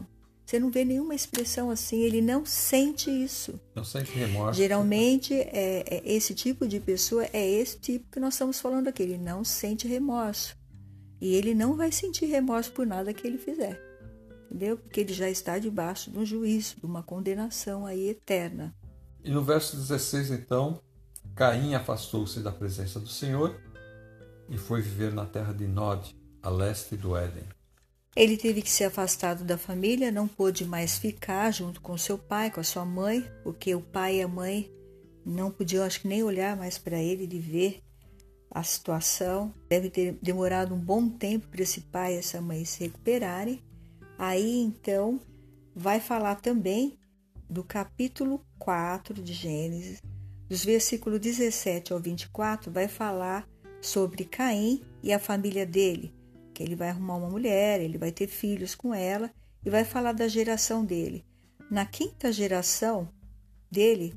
Você não vê nenhuma expressão assim, ele não sente isso. Não sente remorso. Geralmente, é, é, esse tipo de pessoa é esse tipo que nós estamos falando aqui. Ele não sente remorso. E ele não vai sentir remorso por nada que ele fizer. Entendeu? Porque ele já está debaixo de um juízo, de uma condenação aí eterna. E no verso dezesseis, então, Caim afastou-se da presença do Senhor e foi viver na terra de Nod, a leste do Éden. Ele teve que ser afastado da família, não pôde mais ficar junto com seu pai, com a sua mãe, porque o pai e a mãe não podiam, acho que nem olhar mais para ele, de ver a situação. Deve ter demorado um bom tempo para esse pai e essa mãe se recuperarem. Aí, então, vai falar também do capítulo quatro de Gênesis, dos versículos dezessete ao vinte e quatro, vai falar sobre Caim e a família dele. Que ele vai arrumar uma mulher, ele vai ter filhos com ela e vai falar da geração dele. Na quinta geração dele,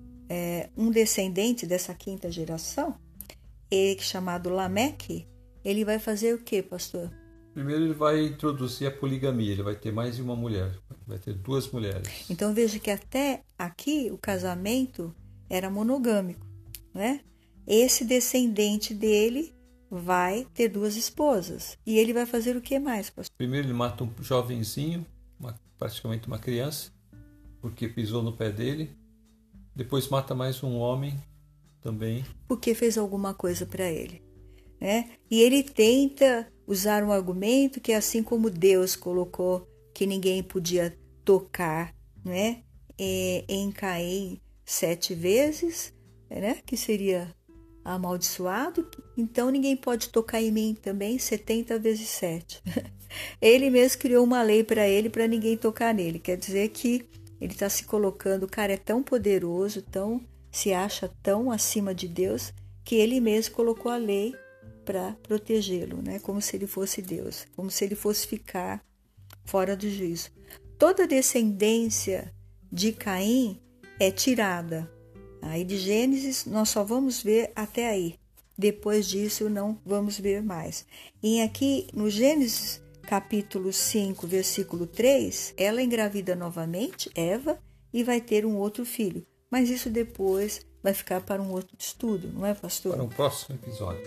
é, um descendente dessa quinta geração, ele, chamado Lameque, ele vai fazer o que, pastor? Primeiro ele vai introduzir a poligamia, ele vai ter mais de uma mulher, vai ter duas mulheres. Então veja que até aqui o casamento era monogâmico, né? Esse descendente dele vai ter duas esposas. E ele vai fazer o que mais, pastor? Primeiro ele mata um jovenzinho, uma, praticamente uma criança, porque pisou no pé dele. Depois mata mais um homem também. Porque fez alguma coisa para ele, né? E ele tenta usar um argumento que, assim como Deus colocou que ninguém podia tocar, né, em Caim sete vezes, né, que seria amaldiçoado, então ninguém pode tocar em mim também setenta vezes sete. Ele mesmo criou uma lei para ele, para ninguém tocar nele. Quer dizer que ele está se colocando, o cara é tão poderoso, tão, se acha tão acima de Deus, que ele mesmo colocou a lei para protegê-lo, né? Como se ele fosse Deus, como se ele fosse ficar fora do juízo. Toda descendência de Caim é tirada. Aí de Gênesis nós só vamos ver até aí. Depois disso não vamos ver mais. E aqui no Gênesis capítulo cinco, versículo três, ela engravida novamente, Eva, e vai ter um outro filho. Mas isso depois vai ficar para um outro estudo, não é, pastor? Para um próximo episódio.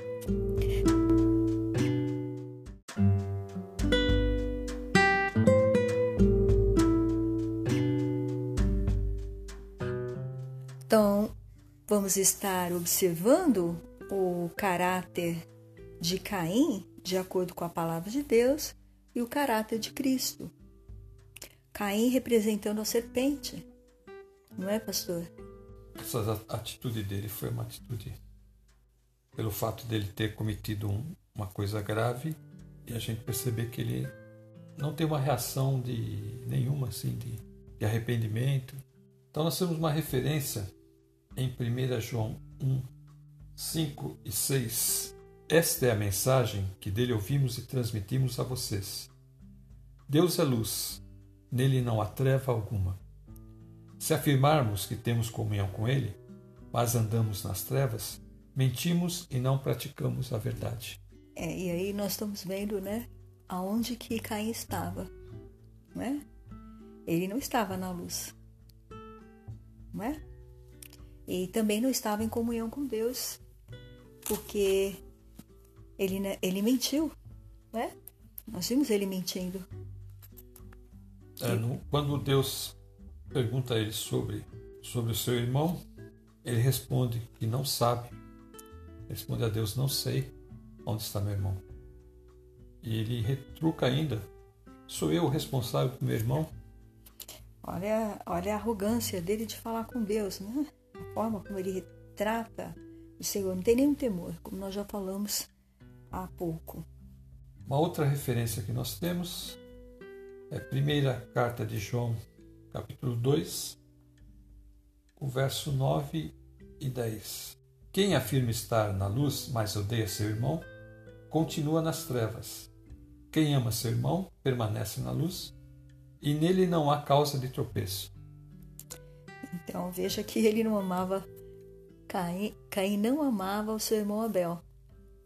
Então, vamos estar observando o caráter de Caim, de acordo com a palavra de Deus, e o caráter de Cristo. Caim representando a serpente, não é, pastor? Essa atitude dele foi uma atitude pelo fato dele ter cometido um, uma coisa grave, e a gente perceber que ele não tem uma reação de nenhuma assim de, de arrependimento. Então nós temos uma referência em primeira João um, cinco e seis. Esta é a mensagem que dele ouvimos e transmitimos a vocês. Deus é luz, nele não há treva alguma. Se afirmarmos que temos comunhão com ele, mas andamos nas trevas, mentimos e não praticamos a verdade. É, e aí nós estamos vendo, né, aonde que Caim estava, né? Ele não estava na luz, não é? E também não estava em comunhão com Deus, porque ele, ele mentiu, né? Nós vimos ele mentindo. É, no, quando Deus pergunta a ele sobre, sobre o seu irmão, ele responde que não sabe. Ele responde a Deus, não sei onde está meu irmão. E ele retruca ainda, sou eu o responsável por meu irmão? Olha, olha a arrogância dele de falar com Deus, né? A forma como ele retrata o Senhor, não tem nenhum temor, como nós já falamos há pouco. Uma outra referência que nós temos é a primeira carta de João, capítulo dois, o verso nove e dez. Quem afirma estar na luz, mas odeia seu irmão, continua nas trevas. Quem ama seu irmão, permanece na luz, e nele não há causa de tropeço. Então veja que ele não amava Caim, Caim não amava o seu irmão Abel,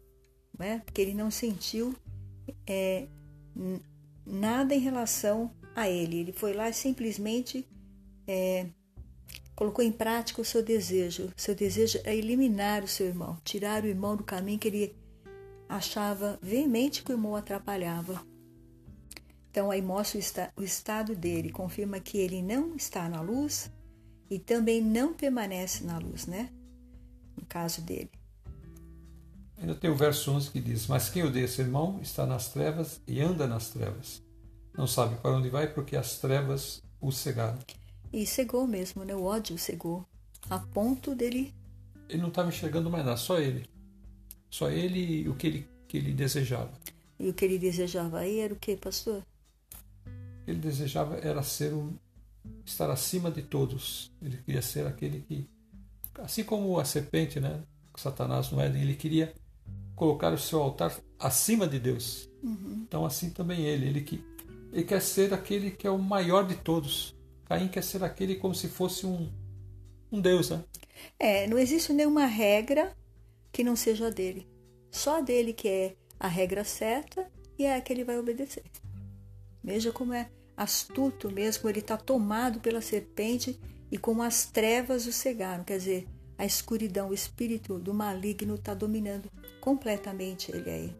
né? Porque ele não sentiu é, nada em relação a ele. Ele foi lá e simplesmente é, colocou em prática o seu desejo. Seu desejo é eliminar o seu irmão, tirar o irmão do caminho que ele achava veemente que o irmão atrapalhava. Então aí mostra o, esta, o estado dele, confirma que ele não está na luz e também não permanece na luz, né? No caso dele. Ainda tem o verso onze que diz: mas quem odeia seu irmão está nas trevas e anda nas trevas. Não sabe para onde vai porque as trevas o cegaram. E cegou mesmo, né? O ódio o cegou, a ponto dele... Ele não estava enxergando mais nada, só ele. Só ele e o que ele, que ele desejava. E o que ele desejava aí era o que, pastor? O que ele desejava era ser um, estar acima de todos. Ele queria ser aquele que, assim como a serpente, né? Satanás no Éden, ele queria colocar o seu altar acima de Deus. Uhum. Então assim também ele, ele, que, ele quer ser aquele que é o maior de todos. Caim quer ser aquele como se fosse um, um Deus, né? É, não existe nenhuma regra que não seja a dele. Só a dele que é a regra certa e é a que ele vai obedecer. Veja como é astuto mesmo, ele está tomado pela serpente e como as trevas o cegaram. Quer dizer, a escuridão, o espírito do maligno está dominando completamente ele aí.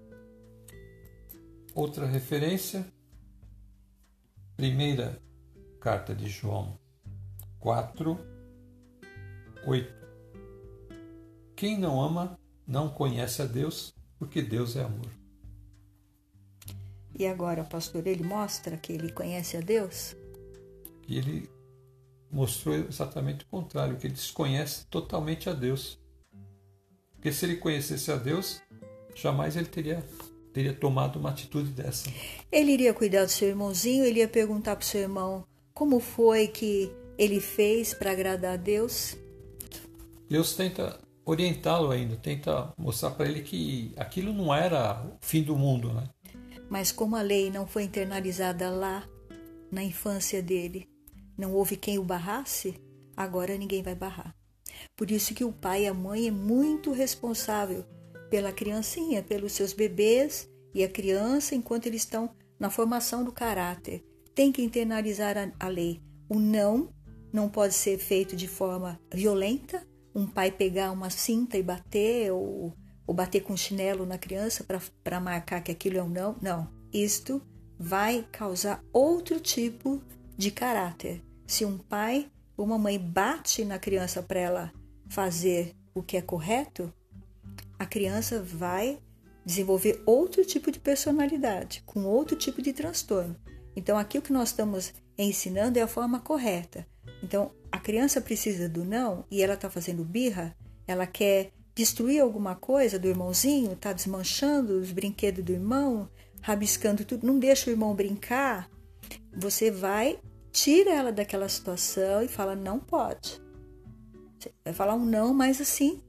Outra referência, primeira carta de João quatro, oito. Quem não ama não conhece a Deus, porque Deus é amor. E agora, pastor, ele mostra que ele conhece a Deus? E ele mostrou exatamente o contrário, que ele desconhece totalmente a Deus. Porque se ele conhecesse a Deus, jamais ele teria, teria tomado uma atitude dessa. Ele iria cuidar do seu irmãozinho, ele ia perguntar para o seu irmão como foi que ele fez para agradar a Deus. Deus tenta orientá-lo ainda, tenta mostrar para ele que aquilo não era o fim do mundo, né? Mas como a lei não foi internalizada lá, na infância dele, não houve quem o barrasse, agora ninguém vai barrar. Por isso que o pai e a mãe é muito responsável pela criancinha, pelos seus bebês e a criança enquanto eles estão na formação do caráter. Tem que internalizar a, a lei. O não não pode ser feito de forma violenta, um pai pegar uma cinta e bater ou, ou bater com chinelo na criança para marcar que aquilo é um não. Não, isto vai causar outro tipo de caráter. Se um pai ou uma mãe bate na criança para ela fazer o que é correto, a criança vai desenvolver outro tipo de personalidade, com outro tipo de transtorno. Então, aqui o que nós estamos ensinando é a forma correta. Então, a criança precisa do não e ela está fazendo birra, ela quer destruir alguma coisa do irmãozinho, está desmanchando os brinquedos do irmão, rabiscando tudo, não deixa o irmão brincar, você vai, tira ela daquela situação e fala, não pode. Você vai falar um não, mas assim,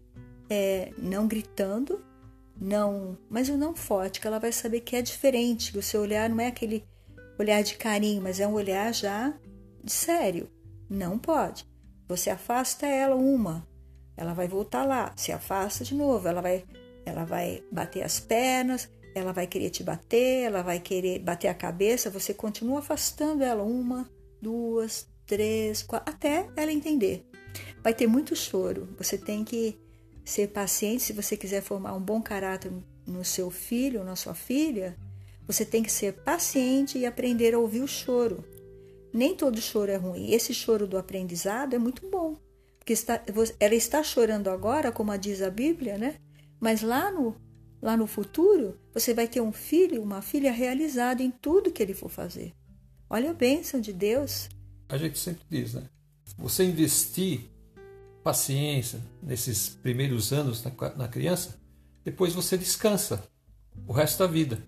é, não gritando, não, mas um não forte, que ela vai saber que é diferente, que o seu olhar não é aquele olhar de carinho, mas é um olhar já de sério. Não pode. Você afasta ela uma, ela vai voltar lá, se afasta de novo, ela vai, ela vai bater as pernas, ela vai querer te bater, ela vai querer bater a cabeça, você continua afastando ela uma, duas, três, quatro, até ela entender. Vai ter muito choro, você tem que ser paciente. Se você quiser formar um bom caráter no seu filho ou na sua filha, você tem que ser paciente e aprender a ouvir o choro. Nem todo choro é ruim. Esse choro do aprendizado é muito bom. Porque está, ela está chorando agora, como diz a Bíblia, né? Mas lá no, lá no futuro, você vai ter um filho, uma filha realizada em tudo que ele for fazer. Olha a bênção de Deus. A gente sempre diz, né? Você investir paciência nesses primeiros anos na, na criança, depois você descansa o resto da vida.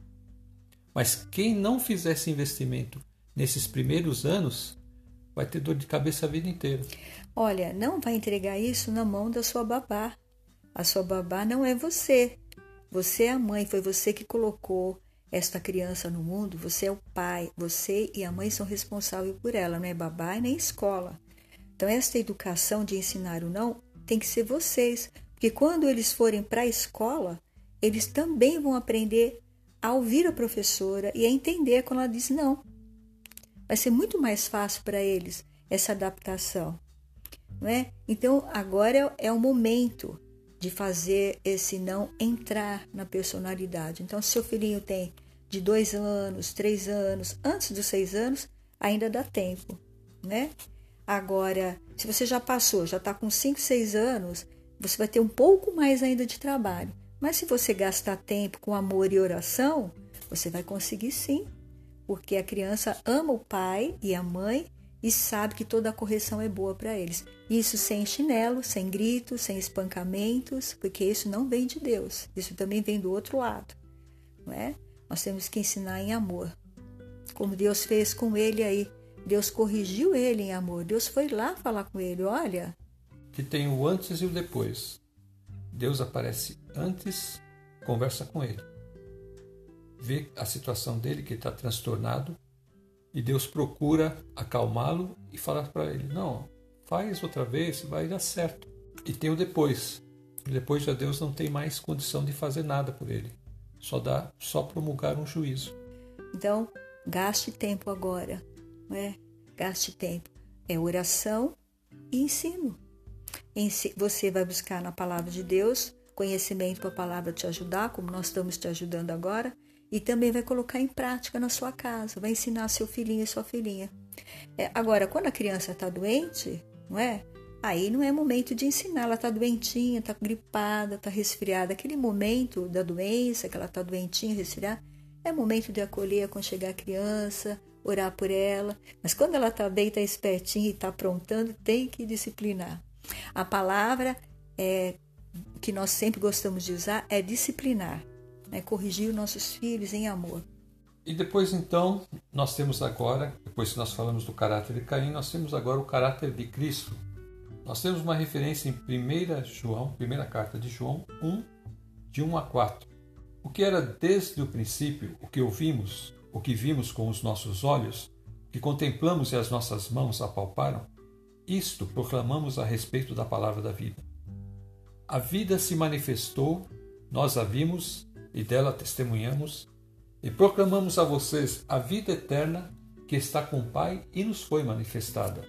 Mas quem não fizer esse investimento nesses primeiros anos, vai ter dor de cabeça a vida inteira. Olha, não vai entregar isso na mão da sua babá. A sua babá não é você. Você é a mãe, foi você que colocou esta criança no mundo, você é o pai, você e a mãe são responsáveis por ela, não é babá e nem escola. Então, esta educação de ensinar o não tem que ser vocês, porque quando eles forem para a escola, eles também vão aprender a ouvir a professora e a entender quando ela diz não. vai ser muito mais fácil para eles essa adaptação, não é? Então, agora é, é o momento de fazer esse não entrar na personalidade. Então, se seu filhinho tem de dois anos, três anos, antes dos seis anos, ainda dá tempo, né? Agora, se você já passou, já está com cinco, seis anos, você vai ter um pouco mais ainda de trabalho. Mas se você gastar tempo com amor e oração, você vai conseguir sim, porque a criança ama o pai e a mãe e sabe que toda a correção é boa para eles. Isso sem chinelo, sem gritos, sem espancamentos, porque isso não vem de Deus. Isso também vem do outro lado, não é? Nós temos que ensinar em amor, como Deus fez com ele aí. Deus corrigiu ele em amor. Deus foi lá falar com ele, olha... Que tem o antes e o depois. Deus aparece antes, conversa com ele. Vê a situação dele, que ele está transtornado, e Deus procura acalmá-lo e falar para ele, não, faz outra vez, vai dar certo. E tem o depois. Depois já Deus não tem mais condição de fazer nada por ele. Só dá, só promulgar um juízo. Então, gaste tempo agora. Não é? Gaste tempo. É oração e ensino. Você vai buscar na palavra de Deus conhecimento para a palavra te ajudar, como nós estamos te ajudando agora, e também vai colocar em prática na sua casa, vai ensinar seu filhinho e sua filhinha. É, agora, quando a criança está doente, não é? Aí não é momento de ensinar, ela está doentinha, está gripada, está resfriada. Aquele momento da doença, que ela está doentinha, resfriada, é momento de acolher, aconchegar a criança, orar por ela. Mas quando ela está bem, está espertinha e está aprontando, tem que disciplinar. A palavra é, que nós sempre gostamos de usar é disciplinar, né? Corrigir os nossos filhos em amor. E depois, então, nós temos agora, depois que nós falamos do caráter de Caim, nós temos agora o caráter de Cristo. Nós temos uma referência em primeira João, primeira carta de João um, de um a quatro. O que era desde o princípio, o que ouvimos, o que vimos com os nossos olhos, o que contemplamos e as nossas mãos apalparam, isto proclamamos a respeito da palavra da vida. A vida se manifestou, nós a vimos e dela testemunhamos, e proclamamos a vocês a vida eterna que está com o Pai e nos foi manifestada.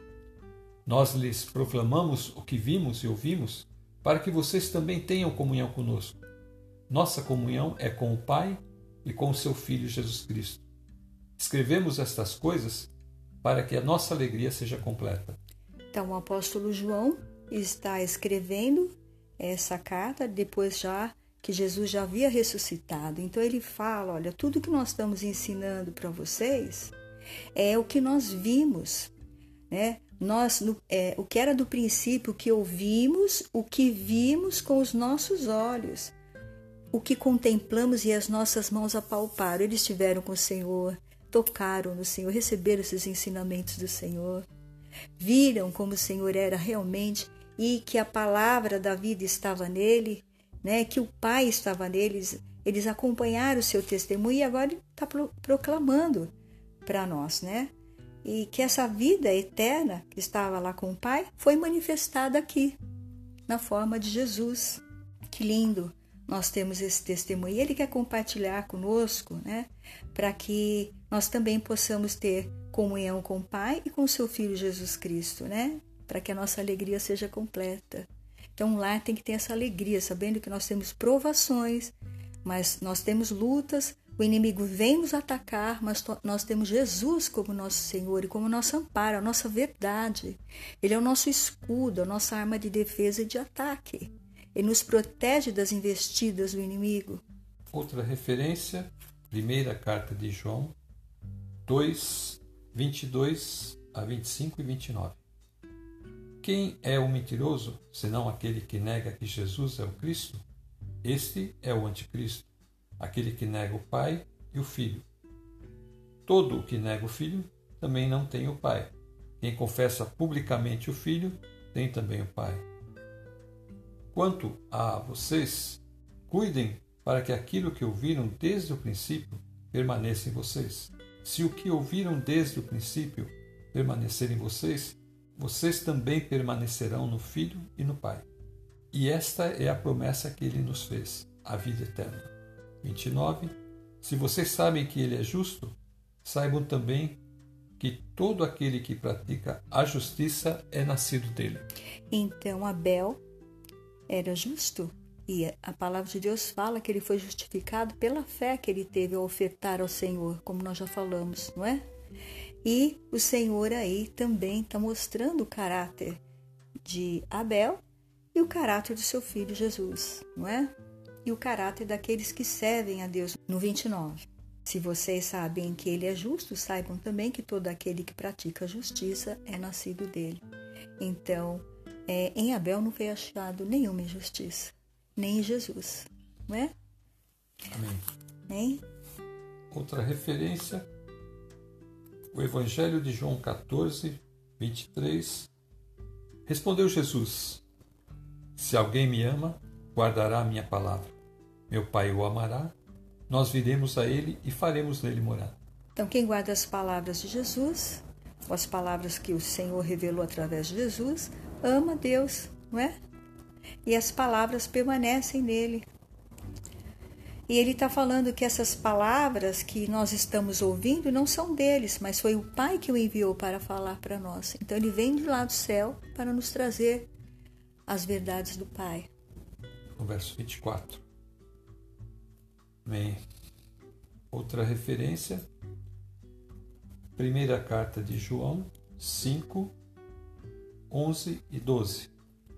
Nós lhes proclamamos o que vimos e ouvimos, para que vocês também tenham comunhão conosco. Nossa comunhão é com o Pai e com o seu Filho Jesus Cristo. Escrevemos estas coisas para que a nossa alegria seja completa. Então, o apóstolo João está escrevendo essa carta depois já que Jesus já havia ressuscitado. Então, ele fala, olha, tudo que nós estamos ensinando para vocês é o que nós vimos, né? Nós, no, é, o que era do princípio, o que ouvimos, o que vimos com os nossos olhos, o que contemplamos e as nossas mãos apalparam. Eles estiveram com o Senhor, tocaram no Senhor, receberam esses ensinamentos do Senhor, viram como o Senhor era realmente e que a palavra da vida estava nele, né? Que o Pai estava neles. Eles acompanharam o seu testemunho e agora ele está pro, proclamando para nós, né? E que essa vida eterna que estava lá com o Pai foi manifestada aqui, na forma de Jesus. Que lindo! Nós temos esse testemunho e Ele quer compartilhar conosco, né? Para que nós também possamos ter comunhão com o Pai e com o seu Filho Jesus Cristo, né? Para que a nossa alegria seja completa. Então, um lar tem que ter essa alegria, sabendo que nós temos provações, mas nós temos lutas, o inimigo vem nos atacar, mas nós temos Jesus como nosso Senhor e como nosso amparo, a nossa verdade. Ele é o nosso escudo, a nossa arma de defesa e de ataque. Ele nos protege das investidas do inimigo. Outra referência, primeira carta de João dois, vinte e dois a vinte e cinco e vinte e nove. Quem é o mentiroso, senão aquele que nega que Jesus é o Cristo? Este é o anticristo, aquele que nega o Pai e o Filho. Todo o que nega o Filho também não tem o Pai. Quem confessa publicamente o Filho tem também o Pai. Quanto a vocês, cuidem para que aquilo que ouviram desde o princípio permaneça em vocês. Se o que ouviram desde o princípio permanecer em vocês, vocês também permanecerão no Filho e no Pai. E esta é a promessa que Ele nos fez, a vida eterna. vinte e nove. Se vocês sabem que Ele é justo, saibam também que todo aquele que pratica a justiça é nascido dele. Então Abel era justo e a palavra de Deus fala que ele foi justificado pela fé que ele teve ao ofertar ao Senhor, como nós já falamos, não é? E o Senhor aí também está mostrando o caráter de Abel e o caráter do seu filho Jesus, não é? E o caráter daqueles que servem a Deus. No vinte e nove. Se vocês sabem que ele é justo, saibam também que todo aquele que pratica a justiça é nascido dele. Então, é, em Abel não foi achado nenhuma injustiça, nem em Jesus, não é? Amém. Amém? Outra referência, o Evangelho de João quatorze, vinte e três. Respondeu Jesus: se alguém me ama, guardará a minha palavra. Meu Pai o amará, nós viremos a ele e faremos nele morar. Então, quem guarda as palavras de Jesus, ou as palavras que o Senhor revelou através de Jesus, ama Deus, não é? E as palavras permanecem nele. E ele está falando que essas palavras que nós estamos ouvindo não são deles, mas foi o Pai que o enviou para falar para nós. Então, ele vem de lá do céu para nos trazer as verdades do Pai. No verso vinte e quatro. Amém. Outra referência, primeira carta de João cinco, onze e doze.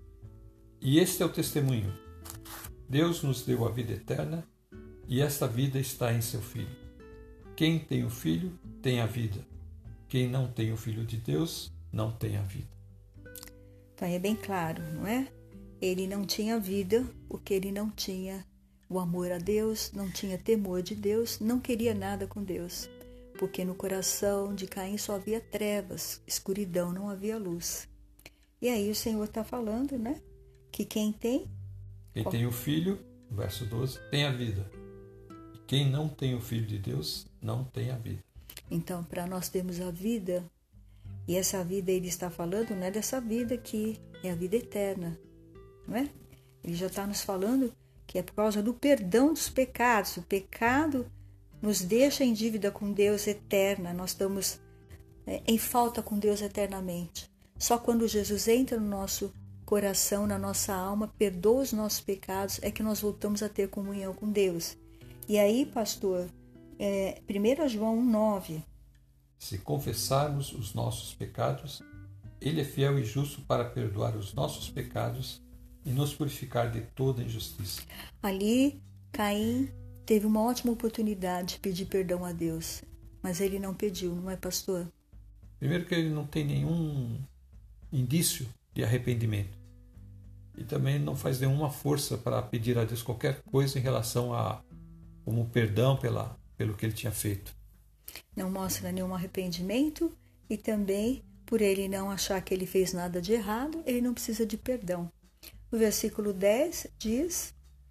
E este é o testemunho: Deus nos deu a vida eterna, e esta vida está em seu Filho. Quem tem o Filho tem a vida. Quem não tem o Filho de Deus não tem a vida. Então é bem claro, não é? Ele não tinha vida porque ele não tinha o amor a Deus, não tinha temor de Deus, não queria nada com Deus. Porque no coração de Caim só havia trevas, escuridão, não havia luz. E aí o Senhor está falando, né? Que quem tem... Quem tem o Filho, verso doze, tem a vida. E quem não tem o Filho de Deus não tem a vida. Então, para nós termos a vida, e essa vida ele está falando, não é dessa vida que é a vida eterna, não é? Ele já está nos falando que é por causa do perdão dos pecados. O pecado nos deixa em dívida com Deus eterna, nós estamos é, em falta com Deus eternamente. Só quando Jesus entra no nosso coração, na nossa alma, perdoa os nossos pecados, é que nós voltamos a ter comunhão com Deus. E aí, pastor, é, primeiro João um, nove. Se confessarmos os nossos pecados, Ele é fiel e justo para perdoar os nossos pecados e nos purificar de toda injustiça. Ali, Caim teve uma ótima oportunidade de pedir perdão a Deus, mas ele não pediu, não é, pastor? Primeiro que ele não tem nenhum indício de arrependimento. E também não faz nenhuma força para pedir a Deus qualquer coisa em relação a como perdão pela, pelo que ele tinha feito. Não mostra nenhum arrependimento e também, por ele não achar que ele fez nada de errado, ele não precisa de perdão. O versículo dez diz: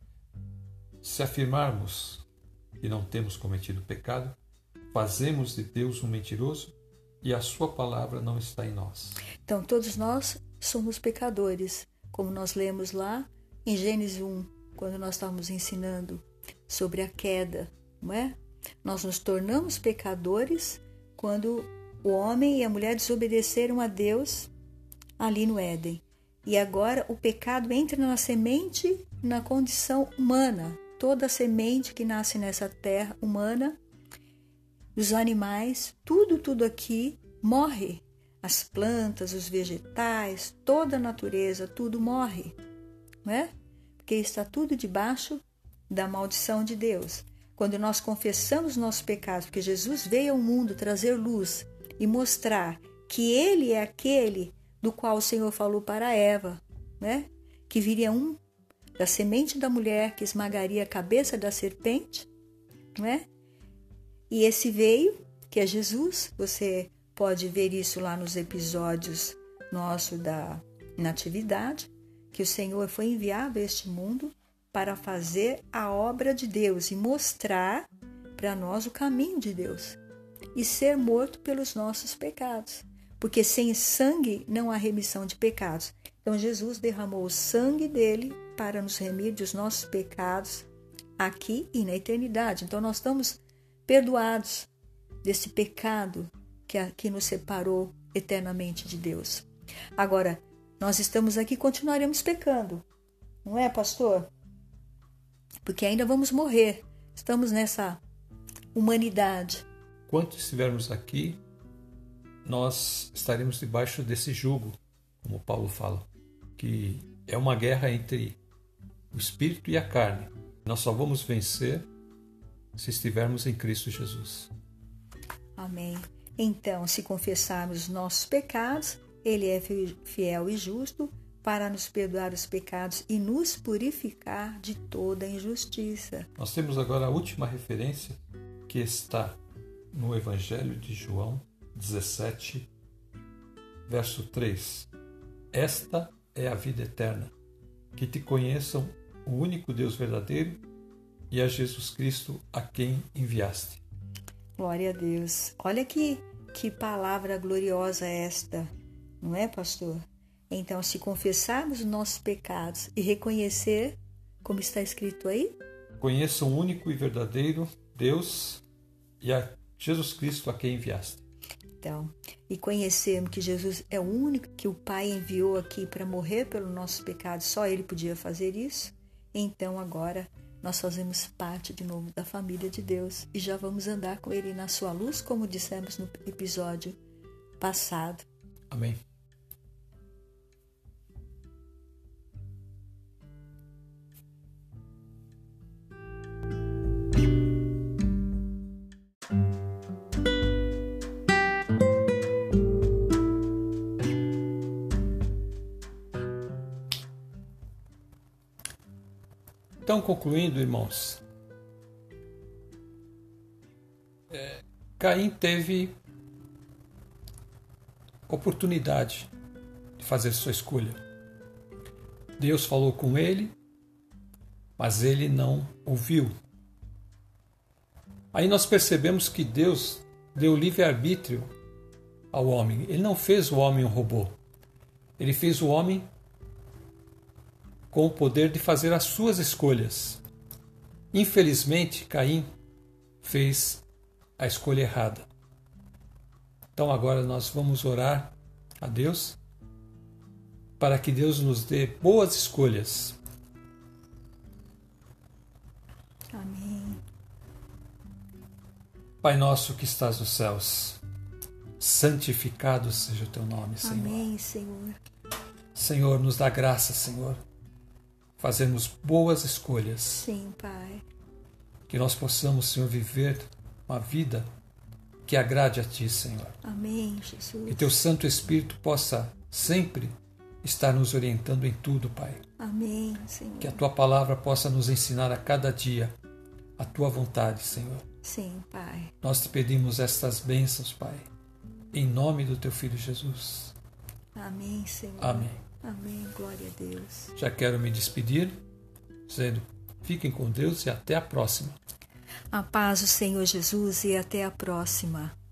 se afirmarmos que não temos cometido pecado, fazemos de Deus um mentiroso e a sua palavra não está em nós. Então, todos nós somos pecadores, como nós lemos lá em Gênesis um, quando nós estávamos ensinando sobre a queda, não é? Nós nos tornamos pecadores quando o homem e a mulher desobedeceram a Deus ali no Éden. E agora o pecado entra na semente, na condição humana. Toda semente que nasce nessa terra humana, os animais, tudo, tudo aqui morre. As plantas, os vegetais, toda a natureza, tudo morre, não é? Porque está tudo debaixo da maldição de Deus. Quando nós confessamos nossos pecados, porque Jesus veio ao mundo trazer luz e mostrar que Ele é aquele do qual o Senhor falou para Eva, né? Que viria um da semente da mulher que esmagaria a cabeça da serpente, não é? E esse veio, que é Jesus, você pode ver isso lá nos episódios nossos da Natividade, que o Senhor foi enviado a este mundo para fazer a obra de Deus e mostrar para nós o caminho de Deus e ser morto pelos nossos pecados, porque sem sangue não há remissão de pecados. Então Jesus derramou o sangue dele para nos remir dos nossos pecados aqui e na eternidade. Então nós estamos perdoados desse pecado que, a, que nos separou eternamente de Deus. Agora, nós estamos aqui e continuaremos pecando, não é, pastor? Porque ainda vamos morrer. Estamos nessa humanidade. Quando estivermos aqui, nós estaremos debaixo desse jugo, como Paulo fala, que é uma guerra entre o espírito e a carne. Nós só vamos vencer se estivermos em Cristo Jesus. Amém. Então, se confessarmos os nossos pecados, Ele é fiel e justo para nos perdoar os pecados e nos purificar de toda injustiça. Nós temos agora a última referência, que está no Evangelho de João dezessete, verso três. Esta é a vida eterna, que te conheçam o único Deus verdadeiro e a Jesus Cristo a quem enviaste. Glória a Deus. Olha que, que palavra gloriosa esta, não é, pastor? Então, se confessarmos os nossos pecados e reconhecer, como está escrito aí? Conheçam o único e verdadeiro Deus e a Jesus Cristo a quem enviaste. Então, e conhecermos que Jesus é o único que o Pai enviou aqui para morrer pelos nossos pecados, só Ele podia fazer isso. Então, agora, nós fazemos parte de novo da família de Deus e já vamos andar com Ele na sua luz, como dissemos no episódio passado. Amém. Então, concluindo, irmãos, é, Caim teve oportunidade de fazer sua escolha. Deus falou com ele, mas ele não ouviu. Aí nós percebemos que Deus deu livre-arbítrio ao homem. Ele não fez o homem um robô. Ele fez o homem com o poder de fazer as suas escolhas. Infelizmente, Caim fez a escolha errada. Então agora nós vamos orar a Deus para que Deus nos dê boas escolhas. Amém. Pai nosso que estás nos céus, santificado seja o teu nome, Senhor. Amém, Senhor. Senhor, nos dá graça, Senhor, fazermos boas escolhas. Sim, Pai. Que nós possamos, Senhor, viver uma vida que agrade a Ti, Senhor. Amém, Jesus. Que Teu Santo Espírito possa sempre estar nos orientando em tudo, Pai. Amém, Senhor. Que a Tua palavra possa nos ensinar a cada dia a Tua vontade, Senhor. Sim, Pai. Nós Te pedimos estas bênçãos, Pai, em nome do Teu Filho Jesus. Amém, Senhor. Amém. Amém, glória a Deus. Já quero me despedir, dizendo, fiquem com Deus e até a próxima. A paz do Senhor Jesus e até a próxima.